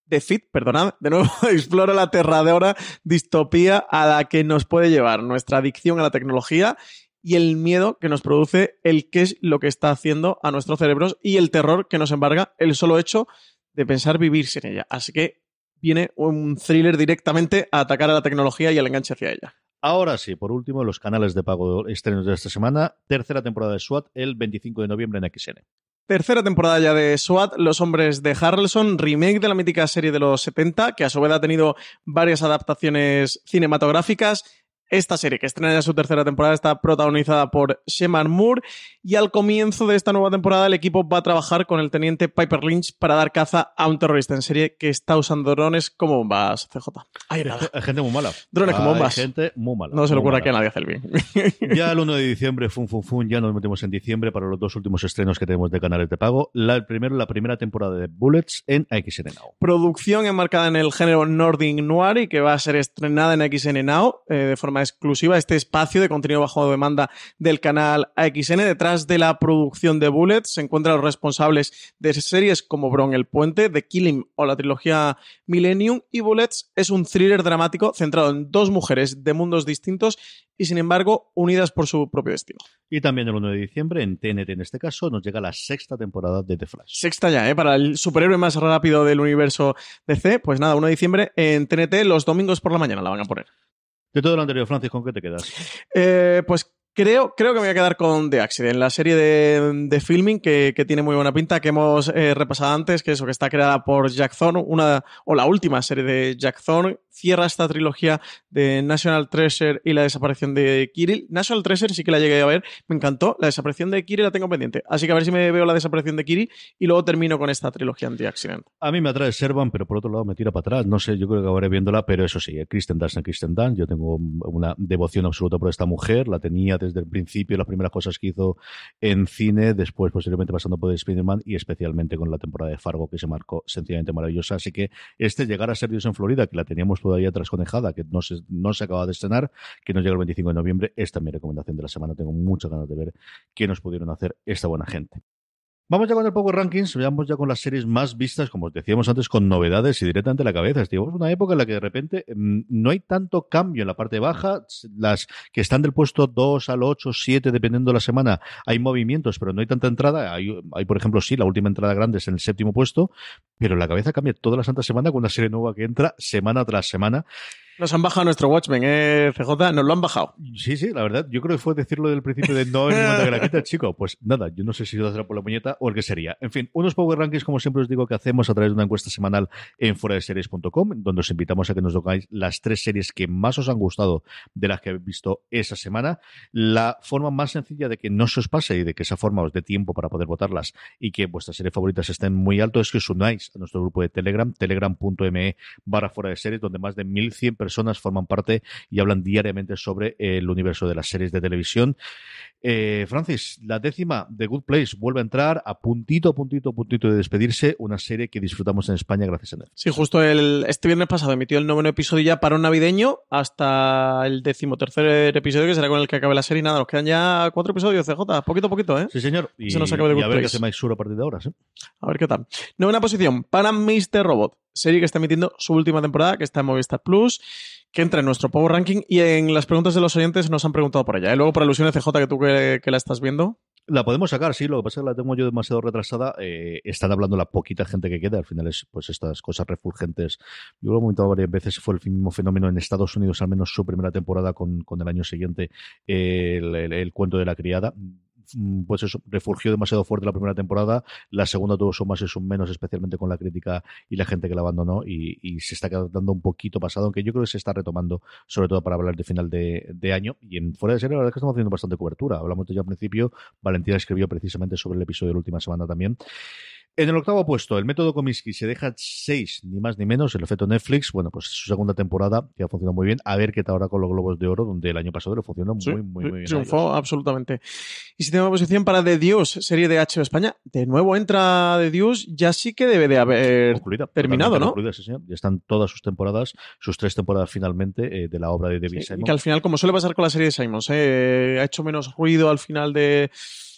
The Fit, perdonad, de nuevo explora la aterradora distopía a la que nos puede llevar nuestra adicción a la tecnología y el miedo que nos produce el qué es lo que está haciendo a nuestros cerebros y el terror que nos embarga el solo hecho de pensar vivir sin ella. Así que viene un thriller directamente a atacar a la tecnología y al enganche hacia ella. Ahora sí, por último, los canales de pago estrenos de esta semana. Tercera temporada de SWAT el veinticinco de noviembre en X N. Tercera temporada ya de SWAT, Los Hombres de Harrelson, remake de la mítica serie de los setenta, que a su vez ha tenido varias adaptaciones cinematográficas. Esta serie, que estrena ya su tercera temporada, está protagonizada por Shemar Moore y al comienzo de esta nueva temporada el equipo va a trabajar con el teniente Piper Lynch para dar caza a un terrorista en serie que está usando drones como bombas, C J. Hay gente muy mala. Drones como bombas. Hay gente muy mala. No se le ocurra mala. que a nadie hace el bien. Ya el uno de diciembre, fun, fun, fun, ya nos metemos en diciembre para los dos últimos estrenos que tenemos de canales de pago. La, el primero, la primera temporada de Bullets en X N Now. Producción enmarcada en el género Nordic Noir y que va a ser estrenada en X N Now eh, de forma exclusiva. Este espacio de contenido bajo demanda del canal A X N. Detrás de la producción de Bullets se encuentran los responsables de series como Bron el Puente, The Killing o la trilogía Millennium, y Bullets es un thriller dramático centrado en dos mujeres de mundos distintos y sin embargo unidas por su propio destino. Y también el uno de diciembre, en T N T en este caso, nos llega la sexta temporada de The Flash. Sexta ya, ¿eh? Para el superhéroe más rápido del universo D C. Pues nada, uno de diciembre en T N T los domingos por la mañana la van a poner. De todo lo anterior, Francis, ¿con qué te quedas? Eh, pues creo, creo que me voy a quedar con The Accident, la serie de, de filming que, que tiene muy buena pinta, que hemos eh, repasado antes, que eso, que está creada por Jack Thorne, una, o la última serie de Jack Thorne. Cierra esta trilogía de National Treasure y la desaparición de Kirill. National Treasure sí que la llegué a ver, me encantó. La desaparición de Kirill la tengo pendiente. Así que a ver si me veo la desaparición de Kirill y luego termino con esta trilogía anti-accident. A mí me atrae Servan, pero por otro lado me tira para atrás. No sé, yo creo que acabaré viéndola, pero eso sí, Kristen Dunst en Kristen Dunst. Yo tengo una devoción absoluta por esta mujer. La tenía desde el principio, las primeras cosas que hizo en cine, después posteriormente pasando por Spider-Man y especialmente con la temporada de Fargo, que se marcó sencillamente maravillosa. Así que este llegar a ser Dios en Florida, que la teníamos todavía trasconejada, que no se, no se acaba de estrenar, que nos llega el veinticinco de noviembre, esta es mi recomendación de la semana. Tengo muchas ganas de ver qué nos pudieron hacer esta buena gente. Vamos ya con el Power Rankings, vamos ya con las series más vistas, como os decíamos antes, con novedades y directamente a la cabeza. Estamos en una época en la que de repente mmm, no hay tanto cambio en la parte baja, las que están del puesto dos al ocho, siete, dependiendo de la semana, hay movimientos, pero no hay tanta entrada. Hay, hay, por ejemplo, sí, la última entrada grande es en el séptimo puesto, pero la cabeza cambia toda la santa semana con una serie nueva que entra semana tras semana. Nos han bajado nuestro Watchmen, ¿eh, C J? Nos lo han bajado. Sí, sí, la verdad. Yo creo que fue decirlo del principio de no en ninguna que la quita, chico. Pues nada, yo no sé si lo será por la puñeta o el que sería. En fin, unos Power Rankings, como siempre os digo, que hacemos a través de una encuesta semanal en fuera de series punto com, donde os invitamos a que nos toquéis las tres series que más os han gustado de las que habéis visto esa semana. La forma más sencilla de que no se os pase y de que esa forma os dé tiempo para poder votarlas y que vuestras series favoritas estén muy alto es que os unáis a nuestro grupo de Telegram, telegram punto me barra fuera de series, donde más de mil cien personas forman parte y hablan diariamente sobre el universo de las series de televisión. Eh, Francis, la décima de Good Place vuelve a entrar a puntito, puntito, puntito de despedirse, una serie que disfrutamos en España gracias a Netflix. Sí, justo el, este viernes pasado emitió el noveno episodio ya para un navideño hasta el decimotercer episodio, que será con el que acabe la serie. Nada, nos quedan ya cuatro episodios, C J, poquito a poquito, ¿eh? Sí, señor. Y, se nos acaba de y Good a ver Place. qué hace Mike Sur a partir de ahora, ¿sí? A ver qué tal. Novena posición para mister Robot, serie que está emitiendo su última temporada, que está en Movistar Plus, que entra en nuestro Power Ranking y en las preguntas de los oyentes nos han preguntado por ella. ¿eh? Luego, por alusiones, C J, que tú que, que la estás viendo. La podemos sacar, sí, lo que pasa es que la tengo yo demasiado retrasada. Eh, están hablando la poquita gente que queda, al final es pues estas cosas refulgentes. Yo lo he comentado varias veces, fue el mismo fenómeno en Estados Unidos, al menos su primera temporada con, con el año siguiente, eh, el, el, el cuento de la criada. Pues eso, refulgió demasiado fuerte la primera temporada, la segunda tuvo su más y su menos, especialmente con la crítica y la gente que la abandonó, y, y se está quedando un poquito pasado, aunque yo creo que se está retomando, sobre todo para hablar de final de, de año, y en fuera de serie la verdad es que estamos haciendo bastante cobertura. Hablamos de ya al principio, Valentina escribió precisamente sobre el episodio de la última semana también. En el octavo puesto, el método Kominsky se deja seis, ni más ni menos, el efecto Netflix. Bueno, pues su segunda temporada, que ha funcionado muy bien. A ver qué tal ahora con los Globos de Oro, donde el año pasado le funcionó muy, sí, muy, muy bien. Triunfó absolutamente. Y si tenemos posición para The Deuce, serie de H B O España, de nuevo entra The Deuce, ya sí que debe de haber concluida, terminado, ¿no? Concluida, sí, señor. Ya están todas sus temporadas, sus tres temporadas finalmente, eh, de la obra de David sí, Simon. Y que al final, como suele pasar con la serie de Simons, eh, ha hecho menos ruido al final de...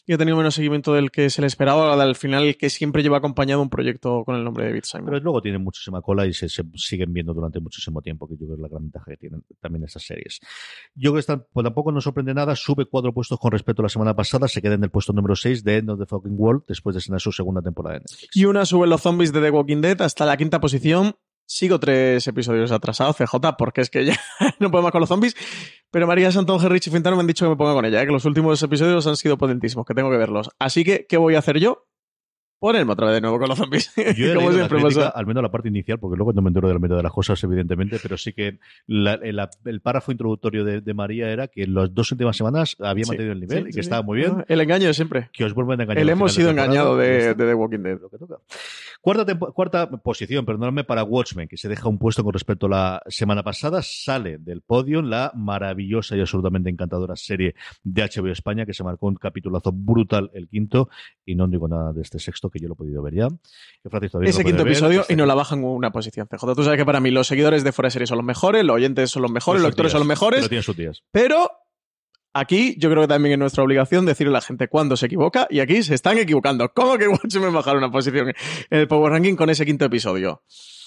y ha tenido menos seguimiento del que se le esperaba, al final que siempre lleva acompañado un proyecto con el nombre de David Simon. Pero luego tienen muchísima cola y se, se siguen viendo durante muchísimo tiempo, que yo creo que es la gran ventaja que tienen también estas series. Yo creo que están, pues tampoco nos sorprende nada, sube cuatro puestos con respecto a la semana pasada, se queda en el puesto número seis de End of the Fucking World después de estrenar su segunda temporada de Netflix. Y una sube los zombies de The Walking Dead hasta la quinta posición. Sigo tres episodios atrasados, C J, porque es que ya no puedo más con los zombies. Pero María Santonge, Richie Fintano me han dicho que me ponga con ella, ¿eh? Que los últimos episodios han sido potentísimos, que tengo que verlos. Así que, ¿qué voy a hacer yo? Ponerme otra vez de nuevo con los zombies. Yo he Como leído la crítica, pasa. al menos la parte inicial, porque luego no me entero de la mitad de las cosas, evidentemente, pero sí que la, el, el párrafo introductorio de, de María era que en las dos últimas semanas había Sí, mantenido el nivel sí, y sí, que sí. estaba muy bien. El engaño de siempre. Que os vuelven a engañar. El al hemos final sido de temporada, engañado y ya de, está. de The Walking Dead. Lo que toca. Cuarta, tempo- cuarta posición, perdonadme, para Watchmen, que se deja un puesto con respecto a la semana pasada. Sale del podio la maravillosa y absolutamente encantadora serie de H B O España, que se marcó un capitulazo brutal el quinto, y no digo nada de este sexto, que yo lo he podido ver ya. Que Francis todavía Ese no lo quinto puede ver. episodio Este- y nos la bajan una posición, C J. Tú sabes que para mí los seguidores de Fuera de Serie son los mejores, los oyentes son los mejores, Sus los lectores días, son los mejores, Pero tiene sus días. pero aquí yo creo que también es nuestra obligación decirle a la gente cuándo se equivoca, y aquí se están equivocando. ¿Cómo que Watchmen bajar una posición en el Power Ranking con ese quinto episodio?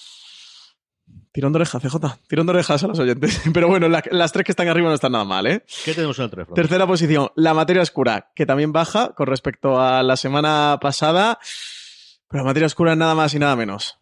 Tirón de orejas, C J. Tirón de orejas a los oyentes. Pero bueno, la- las tres que están arriba no están nada mal, ¿eh? ¿Qué tenemos en el tres, Francis? Tercera posición, La Materia Oscura, que también baja con respecto a la semana pasada. Pero La Materia Oscura es nada más y nada menos.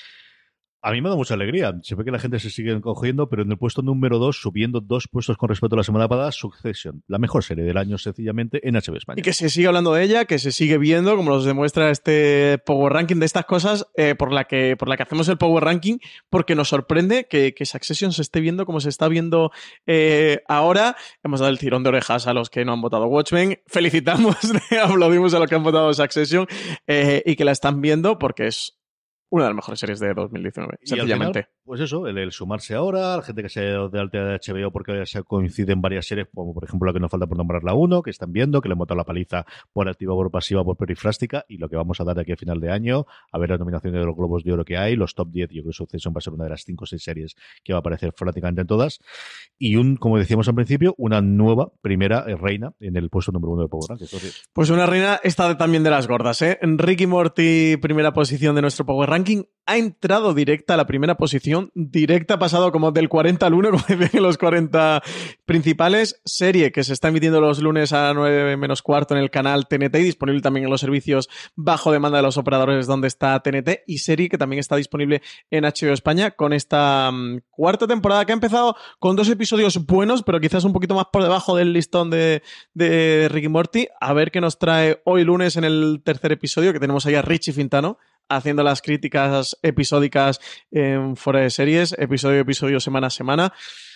A mí me da mucha alegría. Se ve que la gente se sigue cogiendo, pero en el puesto número dos, subiendo dos puestos con respecto a la semana pasada, Succession, la mejor serie del año, sencillamente, en H B O España. Y que se sigue hablando de ella, que se sigue viendo, como nos demuestra este Power Ranking de estas cosas, eh, por la que por la que hacemos el Power Ranking, porque nos sorprende que, que Succession se esté viendo como se está viendo eh, ahora. Hemos dado el tirón de orejas a los que no han votado Watchmen. Felicitamos, aplaudimos a los que han votado Succession eh, y que la están viendo porque es una de las mejores series de dos mil diecinueve, Y al sencillamente. final, pues eso, el, el sumarse ahora, la gente que se ha dado de alta de H B O porque se coinciden varias series, como por ejemplo la que nos falta por nombrar la uno, que están viendo, que le hemos dado la paliza por activa, por pasiva, por perifrástica, y lo que vamos a dar de aquí a final de año, a ver las nominaciones de los Globos de Oro que hay, los top diez, yo creo que Succession va a ser una de las cinco o seis series que va a aparecer prácticamente en todas, y un, como decíamos al principio, una nueva primera eh, reina en el puesto número uno de Power Ranking. Entonces, Pues una reina esta de- también de las gordas, ¿eh? Ricky Morty, primera posición de nuestro Power Ranking, ha entrado directa a la primera posición, directa, ha pasado como del cuarenta al uno, como decían en los cuarenta principales. Serie que se está emitiendo los lunes a nueve menos cuarto en el canal T N T y disponible también en los servicios bajo demanda de los operadores donde está T N T, y serie que también está disponible en H B O España con esta um, cuarta temporada que ha empezado con dos episodios buenos, pero quizás un poquito más por debajo del listón de, de Ricky Morty. A ver qué nos trae hoy lunes en el tercer episodio, que tenemos ahí a Richie Fintano haciendo las críticas episódicas en Fuera de Series, episodio a episodio, semana a semana.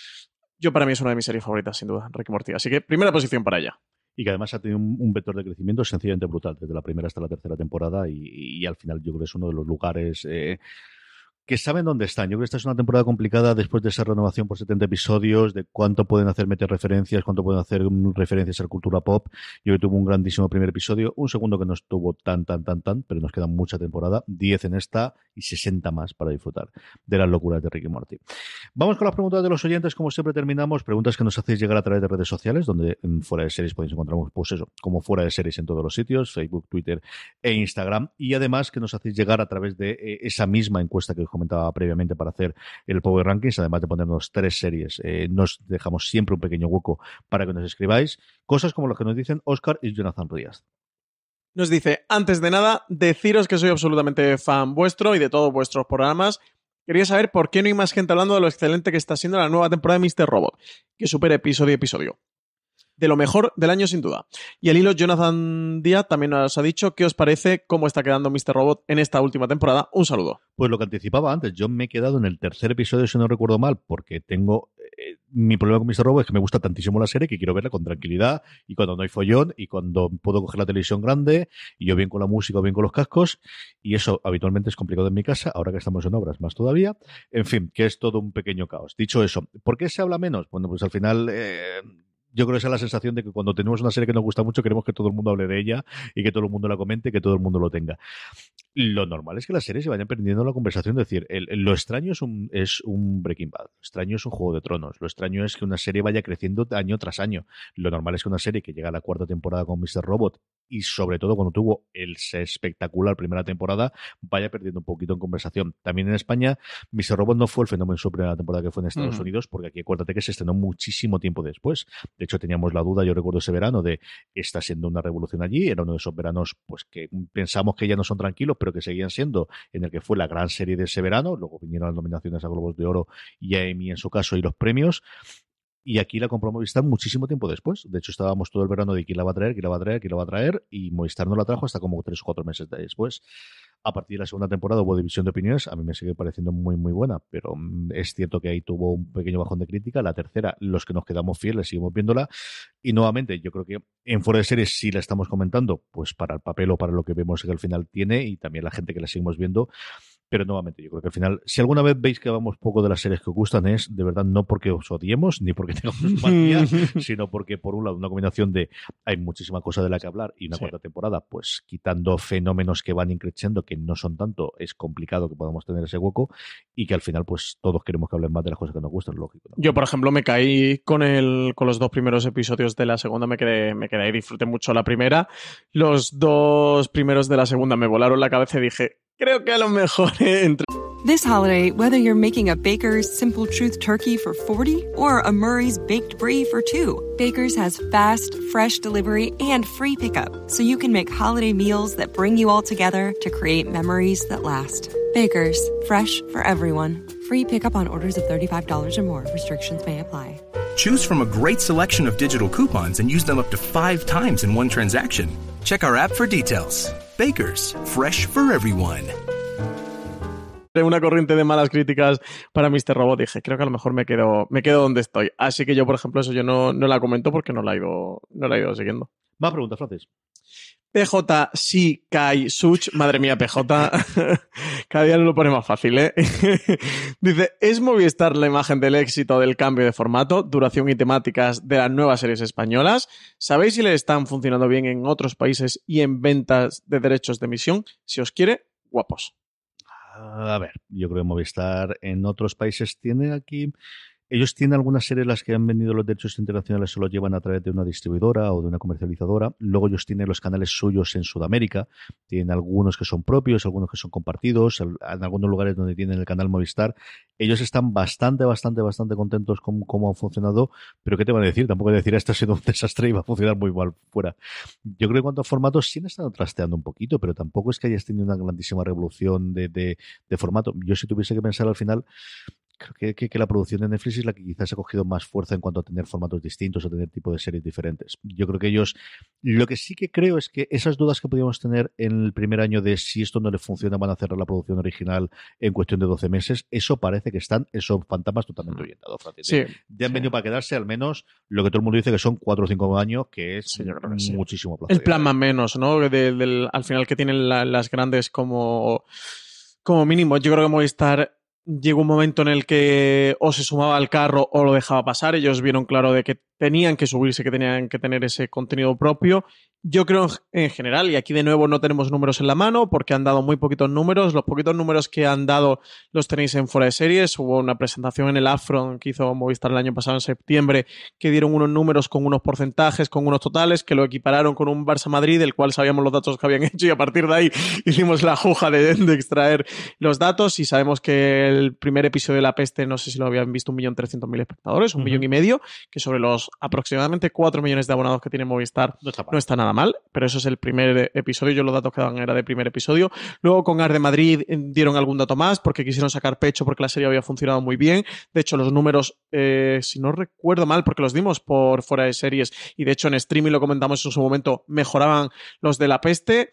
Yo, para mí, es una de mis series favoritas, sin duda, Rick y Morty. Así que, primera posición para ella. y que además ha tenido un, un vector de crecimiento sencillamente brutal, desde la primera hasta la tercera temporada, y, y al final yo creo que es uno de los lugares eh, que saben dónde están. Yo creo que esta es una temporada complicada después de esa renovación por setenta episodios, de cuánto pueden hacer meter referencias, cuánto pueden hacer um, referencias a la cultura pop. Yo creo que tuvo un grandísimo primer episodio, un segundo que no estuvo tan, tan, tan, tan, pero nos queda mucha temporada, diez en esta y sesenta más para disfrutar de las locuras de Rick y Morty. Vamos con las preguntas de los oyentes, como siempre terminamos, preguntas que nos hacéis llegar a través de redes sociales, donde en Fuera de Series podéis encontrar, pues eso, como Fuera de Series en todos los sitios, Facebook, Twitter e Instagram, y además que nos hacéis llegar a través de eh, esa misma encuesta que os comentaba previamente para hacer el Power Rankings, además de ponernos tres series, eh, nos dejamos siempre un pequeño hueco para que nos escribáis cosas como lo que nos dicen Óscar y Jonathan Díaz. Nos dice, antes de nada, deciros que soy absolutamente fan vuestro y de todos vuestros programas. Quería saber por qué no hay más gente hablando de lo excelente que está siendo la nueva temporada de míster Robot, que supera episodio a episodio. De lo mejor del año, sin duda. Y al hilo, Jonathan Díaz también nos ha dicho qué os parece cómo está quedando míster Robot en esta última temporada. Un saludo. Pues lo que anticipaba antes, yo me he quedado en el tercer episodio, si no recuerdo mal, porque tengo... Eh, mi problema con míster Robot es que me gusta tantísimo la serie que quiero verla con tranquilidad, y cuando no hay follón, y cuando puedo coger la televisión grande, y yo bien con la música o bien con los cascos, y eso habitualmente es complicado en mi casa, ahora que estamos en obras más todavía. En fin, que es todo un pequeño caos. Dicho eso, ¿por qué se habla menos? Bueno, pues al final... Eh, Yo creo que esa es la sensación de que cuando tenemos una serie que nos gusta mucho queremos que todo el mundo hable de ella y que todo el mundo la comente y que todo el mundo lo tenga. Lo normal es que las series se vayan perdiendo la conversación. Es decir, el, lo extraño es un, es un Breaking Bad, lo extraño es un Juego de Tronos, lo extraño es que una serie vaya creciendo año tras año. Lo normal es que una serie que llega a la cuarta temporada con míster Robot y sobre todo cuando tuvo el espectacular primera temporada, vaya perdiendo un poquito en conversación. También en España, mister Robot no fue el fenómeno en su primera temporada que fue en Estados mm. Unidos, porque aquí acuérdate que se estrenó muchísimo tiempo después. De hecho, teníamos la duda, yo recuerdo ese verano, de está siendo una revolución allí, era uno de esos veranos pues que pensamos que ya no son tranquilos, pero que seguían siendo, en el que fue la gran serie de ese verano. Luego vinieron las nominaciones a Globos de Oro y a Emmy en su caso y los premios. Y aquí la compró Movistar muchísimo tiempo después. De hecho, estábamos todo el verano de quién la va a traer, quién la va a traer, quién la va a traer, y Movistar no la trajo hasta como tres o cuatro meses después. A partir de la segunda temporada hubo división de opiniones, a mí me sigue pareciendo muy muy buena, pero es cierto que ahí tuvo un pequeño bajón de crítica. La tercera, los que nos quedamos fieles seguimos viéndola, y nuevamente yo creo que en Fuera de Series sí la estamos comentando, pues para el papel o para lo que vemos que al final tiene, y también la gente que la seguimos viendo. Pero nuevamente, yo creo que al final, si alguna vez veis que vamos poco de las series que os gustan, es de verdad no porque os odiemos, ni porque tengamos empatía, sino porque, por un lado, una combinación de hay muchísima cosa de la que hablar y una sí. cuarta temporada, pues quitando fenómenos que van increciendo, que no son tanto, es complicado que podamos tener ese hueco, y que al final, pues todos queremos que hablen más de las cosas que nos gustan, lógico, ¿no? Yo, por ejemplo, me caí con el con los dos primeros episodios de la segunda, me quedé, me quedé ahí, disfruté mucho la primera. Los dos primeros de la segunda me volaron la cabeza y dije, creo que a lo mejor entre... This holiday, whether you're making a Baker's Simple Truth turkey for forty or a Murray's Baked Brie for two, Baker's has fast, fresh delivery and free pickup, so you can make holiday meals that bring you all together to create memories that last. Baker's, fresh for everyone. Free pickup on orders of thirty-five dollars or more. Restrictions may apply. Choose from a great selection of digital coupons and use them up to five times in one transaction. Check our app for details. Baker's, fresh for everyone. Una corriente de malas críticas para mister Robot, dije, creo que a lo mejor me quedo, me quedo donde estoy. Así que yo, por ejemplo, eso yo no, no la comento porque no la he ido, no la he ido siguiendo. Más preguntas, Francis. P J Si Kai Such, madre mía, P J, cada día nos lo pone más fácil, ¿eh? Dice, ¿es Movistar la imagen del éxito del cambio de formato, duración y temáticas de las nuevas series españolas? ¿Sabéis si le están funcionando bien en otros países y en ventas de derechos de emisión? Si os quiere, guapos. A ver, yo creo que Movistar en otros países tiene aquí... Ellos tienen algunas series las que han vendido los derechos internacionales, se los llevan a través de una distribuidora o de una comercializadora. Luego ellos tienen los canales suyos en Sudamérica. Tienen algunos que son propios, algunos que son compartidos, en algunos lugares donde tienen el canal Movistar. Ellos están bastante, bastante, bastante contentos con cómo han funcionado. Pero ¿qué te van a decir? Tampoco decir, esto ha sido un desastre y va a funcionar muy mal fuera. Yo creo que en cuanto a formatos sí han estado trasteando un poquito, pero tampoco es que hayas tenido una grandísima revolución de, de, de formato. Yo si tuviese que pensar al final... Creo que, que, que la producción de Netflix es la que quizás ha cogido más fuerza en cuanto a tener formatos distintos o tener tipo de series diferentes. Yo creo que ellos, lo que sí que creo es que esas dudas que podíamos tener en el primer año de si esto no les funciona, van a cerrar la producción original en cuestión de doce meses, eso parece que están esos fantasmas totalmente orientados. Sí, ya han sí. venido para quedarse, al menos lo que todo el mundo dice que son cuatro o cinco años, que es sí, yo creo que sí. muchísimo placer. El plan más menos, ¿no? De, del, al final que tienen la, las grandes como, como mínimo. Yo creo que Movistar... Llegó un momento en el que o se sumaba al carro o lo dejaba pasar. Ellos vieron claro de que tenían que subirse, que tenían que tener ese contenido propio. Yo creo en general, y aquí de nuevo no tenemos números en la mano porque han dado muy poquitos números. Los poquitos números que han dado los tenéis en Fuera de Series. Hubo una presentación en el Afron que hizo Movistar el año pasado en septiembre que dieron unos números con unos porcentajes, con unos totales, que lo equipararon con un Barça-Madrid, del cual sabíamos los datos que habían hecho y a partir de ahí hicimos la juja de, de extraer los datos y sabemos que el primer episodio de La Peste, no sé si lo habían visto un millón trescientos mil espectadores, un uh-huh. millón y medio, que sobre los aproximadamente cuatro millones de abonados que tiene Movistar no está, no está nada mal, pero eso es el primer episodio. Yo los datos que daban era de primer episodio. Luego con Ar de Madrid dieron algún dato más porque quisieron sacar pecho porque la serie había funcionado muy bien. De hecho, los números, eh, si no recuerdo mal, porque los dimos por Fuera de Series y de hecho en streaming lo comentamos en su momento, mejoraban los de La Peste.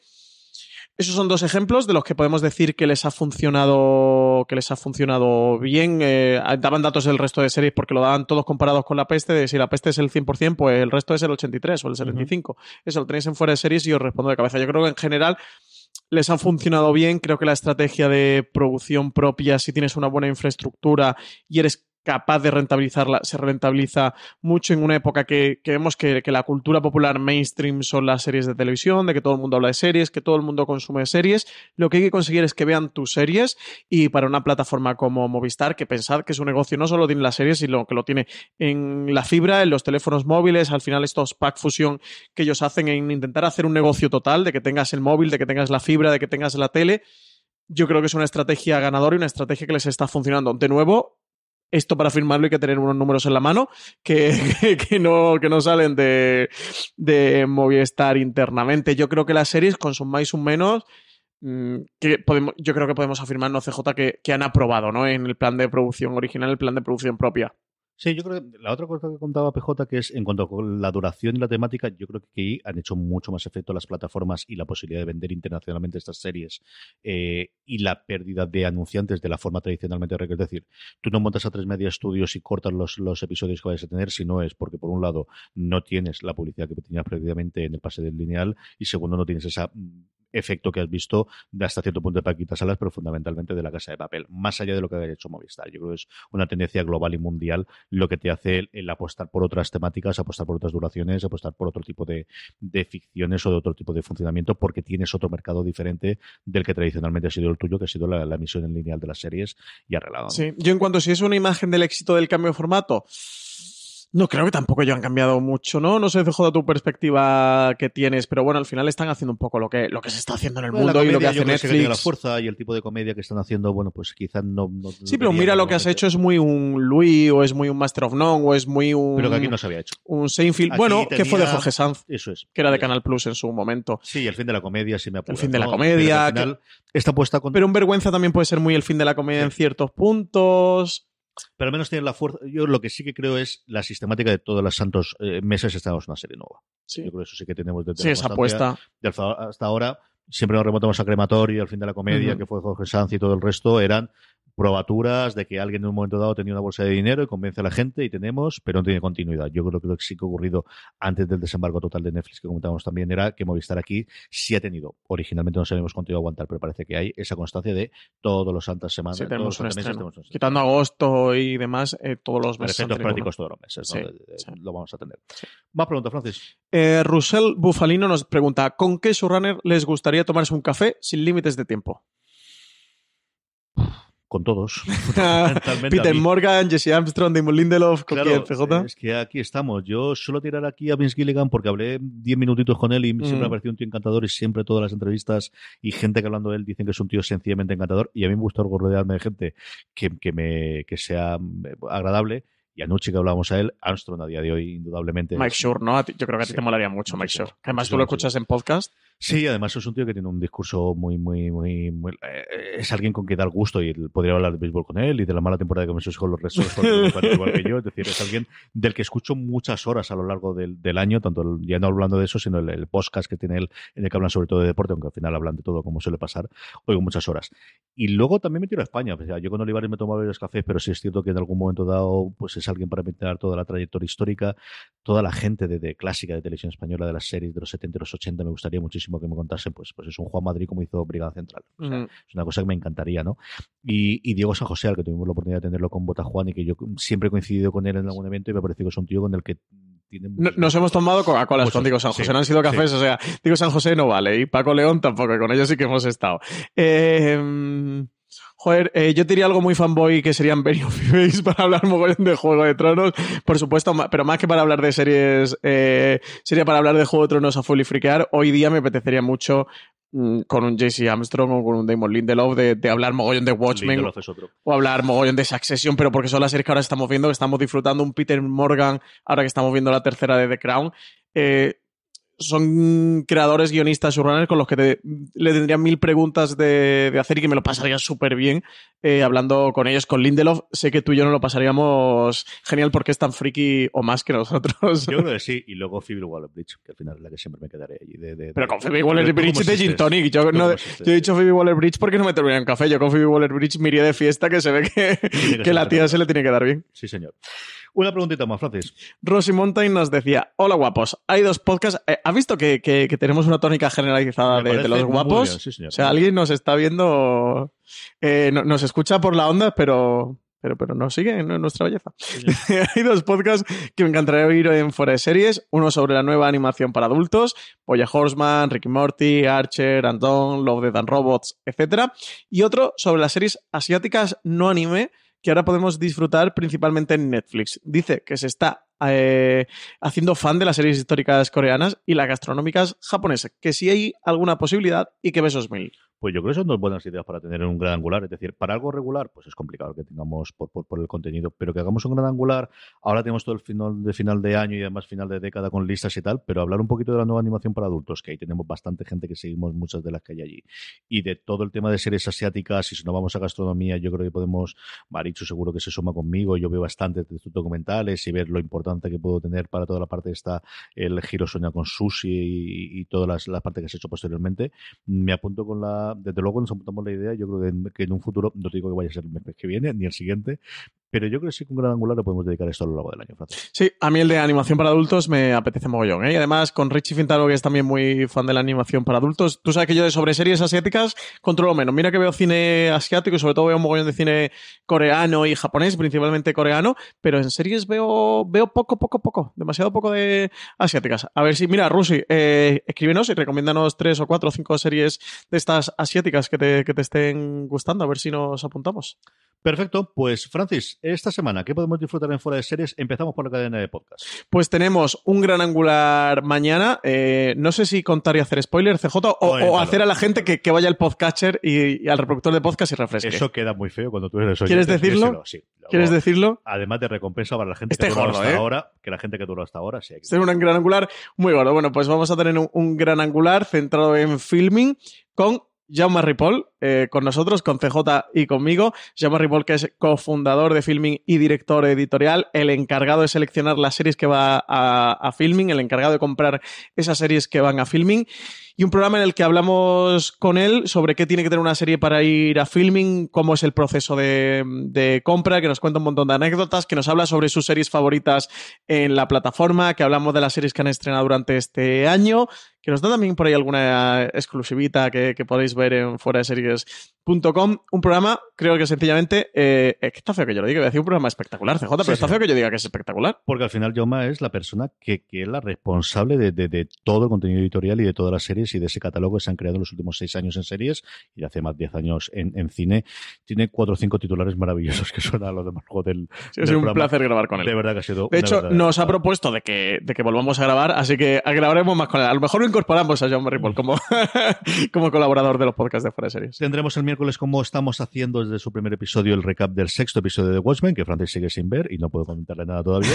Esos son dos ejemplos de los que podemos decir que les ha funcionado que les ha funcionado bien. Eh, daban datos del resto de series porque lo daban todos comparados con La Peste. De si La Peste es el cien por ciento, pues el resto es el ochenta y tres o el setenta y cinco. Uh-huh. Eso lo tenéis en Fuera de Series y os respondo de cabeza. Yo creo que en general les han funcionado bien. Creo que la estrategia de producción propia, si tienes una buena infraestructura y eres capaz de rentabilizarla, se rentabiliza mucho en una época que, que vemos que, que la cultura popular mainstream son las series de televisión, de que todo el mundo habla de series, que todo el mundo consume series. Lo que hay que conseguir es que vean tus series, y para una plataforma como Movistar, que pensad que su negocio no solo tiene las series, sino que lo tiene en la fibra, en los teléfonos móviles, al final estos pack fusión que ellos hacen en intentar hacer un negocio total, de que tengas el móvil, de que tengas la fibra, de que tengas la tele. Yo creo que es una estrategia ganadora y una estrategia que les está funcionando. De nuevo, esto para firmarlo hay que tener unos números en la mano que, que, que, no, que no salen de, de Movistar internamente. Yo creo que las series, con un más y un menos, que podemos, yo creo que podemos afirmar, ¿no, C J, que, que han aprobado, ¿no?, en el plan de producción original, el plan de producción propia. Sí, yo creo que la otra cosa que contaba P J, que es en cuanto a la duración y la temática, yo creo que ahí han hecho mucho más efecto las plataformas y la posibilidad de vender internacionalmente estas series eh, y la pérdida de anunciantes de la forma tradicionalmente recta. Es decir, tú no montas a tres media estudios y cortas los, los episodios que vayas a tener, si no es porque, por un lado, no tienes la publicidad que tenías previamente en el pase del lineal, y segundo, no tienes esa efecto que has visto de hasta cierto punto de Paquita Salas, pero fundamentalmente de La Casa de Papel, más allá de lo que haya hecho Movistar. Yo creo que es una tendencia global y mundial lo que te hace el, el apostar por otras temáticas, apostar por otras duraciones, apostar por otro tipo de, de ficciones o de otro tipo de funcionamiento, porque tienes otro mercado diferente del que tradicionalmente ha sido el tuyo, que ha sido la, la emisión en lineal de las series y arreglado, ¿no? Sí, yo en cuanto a si es una imagen del éxito del cambio de formato, no creo que tampoco ellos han cambiado mucho, ¿no? No sé, C J, tu perspectiva que tienes, pero bueno, al final están haciendo un poco lo que, lo que se está haciendo en el bueno, mundo comedia, y lo que hace Netflix. Que la fuerza y el tipo de comedia que están haciendo, bueno, pues quizás no... no sí, pero mira, lo que has hecho es muy un Louis, o es muy un Master of None, o es muy un... Pero que aquí no se había hecho. Un Seinfeld. Aquí bueno, tenía... que fue de Jorge Sanz. Eso es. Que era de Canal Plus en su momento. Sí, el fin de la comedia, sí me apura. El fin de la ¿no? comedia. Al final, que... está puesta con... Pero un Vergüenza también puede ser muy el fin de la comedia sí. en ciertos puntos... Pero al menos tienen la fuerza. Yo lo que sí que creo es la sistemática de todos los santos eh, meses estamos una serie nueva. Sí. Yo creo que eso sí que tenemos desde sí, esa apuesta. De hasta ahora siempre nos remontamos a Crematorio, al fin de la comedia, uh-huh. que fue Jorge Sanz y todo el resto, eran probaturas de que alguien en un momento dado tenía una bolsa de dinero y convence a la gente y tenemos, pero no tiene continuidad. Yo creo que lo que sí que ha ocurrido antes del desembarco total de Netflix, que comentábamos también, era que Movistar aquí sí ha tenido, originalmente no sabíamos cuánto iba a aguantar, pero parece que hay esa constancia de todos los santas semanas, sí, tenemos todos los meses, tenemos un quitando agosto y demás, eh, todos los meses. Efectos prácticos todos los meses, sí, ¿no? de, de, sí. Lo vamos a tener. Sí. Más preguntas, Francis. Eh, Russell Bufalino nos pregunta, ¿con qué showrunner les gustaría tomarse un café sin límites de tiempo? Con todos. Peter Morgan, Jesse Armstrong, Damon Lindelof, ¿con claro, quién, C J? Es que aquí estamos. Yo suelo tirar aquí a Vince Gilligan porque hablé diez minutitos con él y mm. siempre me ha parecido un tío encantador, y siempre todas las entrevistas y gente que hablando de él dicen que es un tío sencillamente encantador, y a mí me gusta rodearme de gente que, que, me, que sea agradable. Y anoche que hablábamos a él, Armstrong a día de hoy, indudablemente. Mike Schur, ¿no? Yo creo que a ti sí. te molaría mucho, Mike Schur. Además, tú lo escuchas en podcast. Sí, además es un tío que tiene un discurso muy, muy, muy... muy eh, es alguien con que dar gusto, y podría hablar de béisbol con él y de la mala temporada que me hizo con los restos, igual que yo. Es decir, es alguien del que escucho muchas horas a lo largo del, del año, tanto el, ya no hablando de eso, sino el, el podcast que tiene él, en el que hablan sobre todo de deporte, aunque al final hablan de todo como suele pasar. Oigo muchas horas. Y luego también me tiro a España. O sea, yo con Olivares me tomo varios cafés, pero sí es cierto que en algún momento dado pues es alguien para pintar toda la trayectoria histórica, toda la gente de, de clásica de televisión española, de las series de los setenta y los ochenta. Me gustaría muchísimo que me contasen, pues, pues es un Juan Madrid como hizo Brigada Central. O sea, mm. es una cosa que me encantaría, ¿no? Y, y Diego San José, al que tuvimos la oportunidad de tenerlo con Bota Juan, y que yo siempre he coincidido con él en algún evento, y me parece que es un tío con el que no, nos hemos tomado Coca-Cola con Diego San José, sí, no han sido cafés, sí. O sea, Diego San José no vale, y Paco León tampoco, con ellos sí que hemos estado. Eh... Joder, eh, yo diría algo muy fanboy que serían Benny Base para hablar mogollón de Juego de Tronos, por supuesto, pero más que para hablar de series, eh, sería para hablar de Juego de Tronos a full y friquear. Hoy día me apetecería mucho mmm, con un Jesse Armstrong o con un Damon Lindelof de, de hablar mogollón de Watchmen o hablar mogollón de Succession, pero porque son las series que ahora estamos viendo, que estamos disfrutando, un Peter Morgan, ahora que estamos viendo la tercera de The Crown. Eh, son creadores, guionistas, showrunners con los que te, le tendría mil preguntas de, de hacer y que me lo pasaría súper bien eh, hablando con ellos. Con Lindelof sé que tú y yo no lo pasaríamos genial porque es tan friki o más que nosotros. Yo creo que sí. Y luego Phoebe Waller-Bridge, que al final es la que siempre me quedaré allí. De, de, Pero de, con Phoebe Waller-Bridge de Gin Tonic. Yo, no, yo he dicho Phoebe Waller-Bridge porque no me terminé en café. Yo con Phoebe Waller-Bridge me iría de fiesta, que se ve que, que, que la tía se le tiene que dar bien. Sí, señor. Una preguntita más, Francis. Rosy Mountain nos decía, hola guapos, hay dos podcasts. Eh, ¿Has visto que, que, que tenemos una tónica generalizada de, de los guapos? Bien, sí, señor. O sea, alguien nos está viendo, eh, no, nos escucha por la onda, pero, pero, pero nos sigue en nuestra belleza. Sí. Hay dos podcasts que me encantaría oír en Fuera de Series. Uno sobre la nueva animación para adultos, BoJack Horseman, Rick y Morty, Archer, Andon, Love, Death and Robots, etcétera. Y otro sobre las series asiáticas no anime que ahora podemos disfrutar principalmente en Netflix. Dice que se está eh, haciendo fan de las series históricas coreanas y las gastronómicas japonesas, que si hay alguna posibilidad y que besos mil. Pues yo creo que son dos buenas ideas para tener un gran angular. Es decir, para algo regular, pues es complicado que tengamos por, por, por el contenido, pero que hagamos un gran angular. Ahora tenemos todo el final de final de año y además final de década con listas y tal, pero hablar un poquito de la nueva animación para adultos, que ahí tenemos bastante gente que seguimos muchas de las que hay allí. Y de todo el tema de series asiáticas, y si no vamos a gastronomía, yo creo que podemos, Marichu seguro que se suma conmigo, yo veo bastante de tus documentales y ver lo importante que puedo tener para toda la parte de esta, el giro soña con sushi y, y todas las, las partes que se ha hecho posteriormente. Me apunto con la... Desde luego nos apuntamos la idea, yo creo que en, que en un futuro, no te digo que vaya a ser el mes que viene, ni el siguiente, pero yo creo que sí que un gran angular le podemos dedicar esto a lo largo del año, Francis. Sí, a mí el de animación para adultos me apetece mogollón, ¿eh? Y además con Richie Fintaro, que es también muy fan de la animación para adultos. Tú sabes que yo de sobre series asiáticas controlo menos. Mira que veo cine asiático y sobre todo veo un mogollón de cine coreano y japonés, principalmente coreano, pero en series veo, veo poco, poco, poco. Demasiado poco de asiáticas. A ver si, mira, Rusi, eh, escríbenos y recomiéndanos tres o cuatro o cinco series de estas asiáticas que te, que te estén gustando, a ver si nos apuntamos. Perfecto, pues Francis, esta semana, ¿qué podemos disfrutar en Fuera de Series? Empezamos por la cadena de podcast. Pues tenemos un gran angular mañana, eh, no sé si contar y hacer spoiler, C J, o, Oye, o hacer a la gente que, que vaya al podcatcher y, y al reproductor de podcast y refresque. Eso queda muy feo cuando tú eres oyente. ¿Quieres decirlo? Sí. Luego, ¿Quieres decirlo? Además de recompensa para la gente este que duró hasta ¿eh? ahora, que la gente que duró hasta ahora, sí. Este es un gran angular muy gordo. Bueno, pues vamos a tener un, un gran angular centrado en filming con Jaume Ripoll, eh, con nosotros, con C J y conmigo. Jaume Ripoll, que es cofundador de Filming y director editorial, el encargado de seleccionar las series que va a, a Filming, el encargado de comprar esas series que van a Filming. Y un programa en el que hablamos con él sobre qué tiene que tener una serie para ir a Filming, cómo es el proceso de, de compra, que nos cuenta un montón de anécdotas, que nos habla sobre sus series favoritas en la plataforma, que hablamos de las series que han estrenado durante este año, que nos da también por ahí alguna exclusivita que, que podéis ver en fuera de series punto com. Un programa, creo que sencillamente, eh, es que está feo que yo lo diga, voy a decir un programa espectacular, C J, pero sí, está sí. feo que yo diga que es espectacular. Porque al final Jaume es la persona que, que es la responsable de, de, de todo el contenido editorial y de todas las series y de ese catálogo que se han creado en los últimos seis años en series y hace más de diez años en, en cine. Tiene cuatro o cinco titulares maravillosos que suenan a lo demás del, sí, del ha sido un placer grabar con él. De verdad que ha sido. De hecho, nos verdad. ha propuesto de que, de que volvamos a grabar, así que grabaremos más con él. A lo mejor lo incorporamos a Jaume Ripoll como, como colaborador de los podcasts de Fuera de Series. Tendremos el miércoles, como estamos haciendo desde su primer episodio, el recap del sexto episodio de Watchmen, que Francis sigue sin ver y no puedo comentarle nada todavía,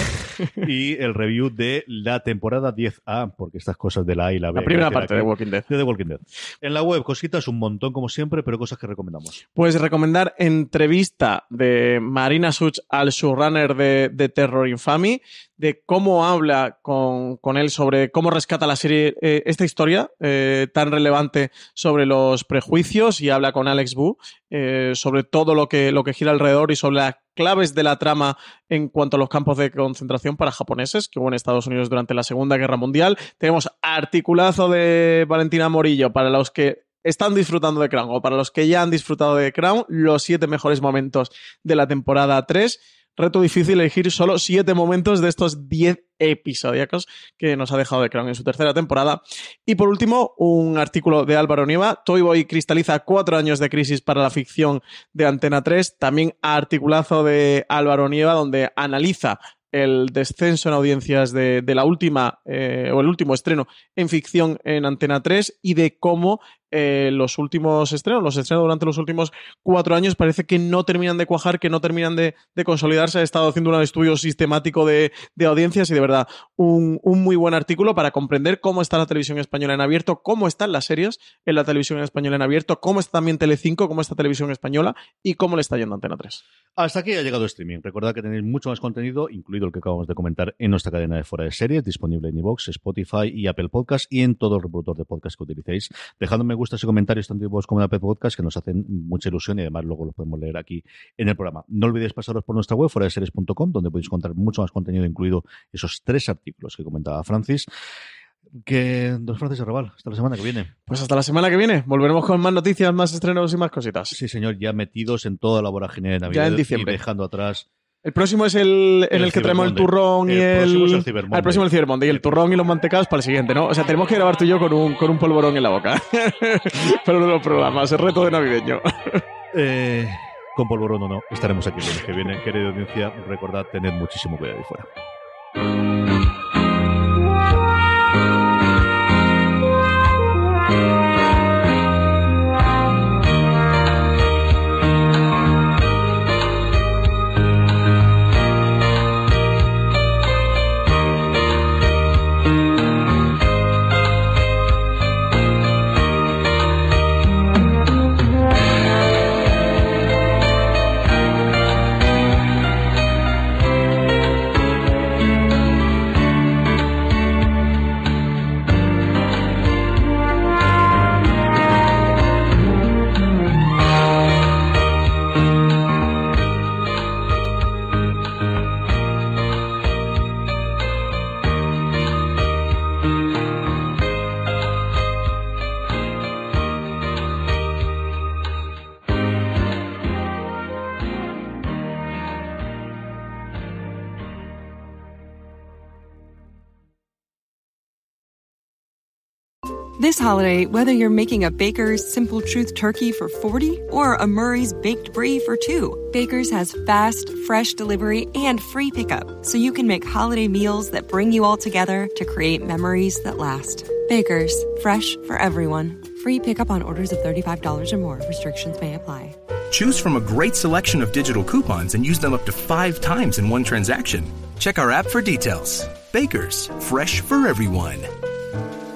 y el review de la temporada diez A, porque estas cosas de la A y la B. La primera parte de Walking Dead. De The Walking Dead. En la web, cositas un montón como siempre, pero cosas que recomendamos. Pues recomendar entrevista de Marina Such al showrunner de, de Terror Infamy, de cómo habla con, con él sobre cómo rescata la serie eh, esta historia eh, tan relevante sobre los prejuicios, y habla con Alex Wu eh, sobre todo lo que, lo que gira alrededor y sobre las claves de la trama en cuanto a los campos de concentración para japoneses que hubo en Estados Unidos durante la Segunda Guerra Mundial. Tenemos articulazo de Valentina Morillo para los que están disfrutando de Crown o para los que ya han disfrutado de Crown, los siete mejores momentos de la temporada tres. Reto difícil elegir solo siete momentos de estos diez episodiacos que nos ha dejado de Crown en su tercera temporada. Y por último, un artículo de Álvaro Nieva. Toy Boy cristaliza cuatro años de crisis para la ficción de Antena tres. También articulazo de Álvaro Nieva, donde analiza el descenso en audiencias de, de la última, eh, o el último estreno en ficción en Antena tres, y de cómo eh, los últimos estrenos, los estrenos durante los últimos cuatro años parece que no terminan de cuajar, que no terminan de, de consolidarse. Ha estado haciendo un estudio sistemático de, de audiencias y de verdad un, un muy buen artículo para comprender cómo está la televisión española en abierto, cómo están las series en la televisión española en abierto, cómo está también Telecinco, cómo está Televisión Española y cómo le está yendo a Antena tres. Hasta aquí ha llegado streaming. Recordad que tenéis mucho más contenido, incluido el que acabamos de comentar, en nuestra cadena de Fuera de Series, disponible en iVoox, Spotify y Apple Podcast, y en todo el reproductor de podcast que utilicéis. Dejadme me gustas y comentarios tanto en iVoox como en Apple Podcast, que nos hacen mucha ilusión y además luego los podemos leer aquí en el programa. No olvidéis pasaros por nuestra web, fuera de series punto com, donde podéis encontrar mucho más contenido, incluido esos tres artículos que comentaba Francis. Que Don Francis Arrabal, hasta la semana que viene. Pues hasta la semana que viene. Volveremos con más noticias, más estrenos y más cositas. Sí, señor, ya metidos en toda la vorágine de Navidad. Ya en diciembre. Y dejando atrás... El próximo es el en el, el que traemos el turrón y el... El próximo es el Cyber Monday. El próximo es el Cyber Monday y el turrón y los mantecados para el siguiente, ¿no? O sea, tenemos que grabar tú y yo con un, con un polvorón en la boca. Pero no los programas, el reto de navideño. eh, con polvorón o no, estaremos aquí el lunes que viene. Querida audiencia, recordad, tened muchísimo cuidado ahí fuera. This holiday, whether you're making a Baker's Simple Truth turkey for forty or a Murray's Baked Brie for two, Baker's has fast, fresh delivery and free pickup, so you can make holiday meals that bring you all together to create memories that last. Baker's, fresh for everyone. Free pickup on orders of thirty-five dollars or more. Restrictions may apply. Choose from a great selection of digital coupons and use them up to five times in one transaction. Check our app for details. Baker's, fresh for everyone.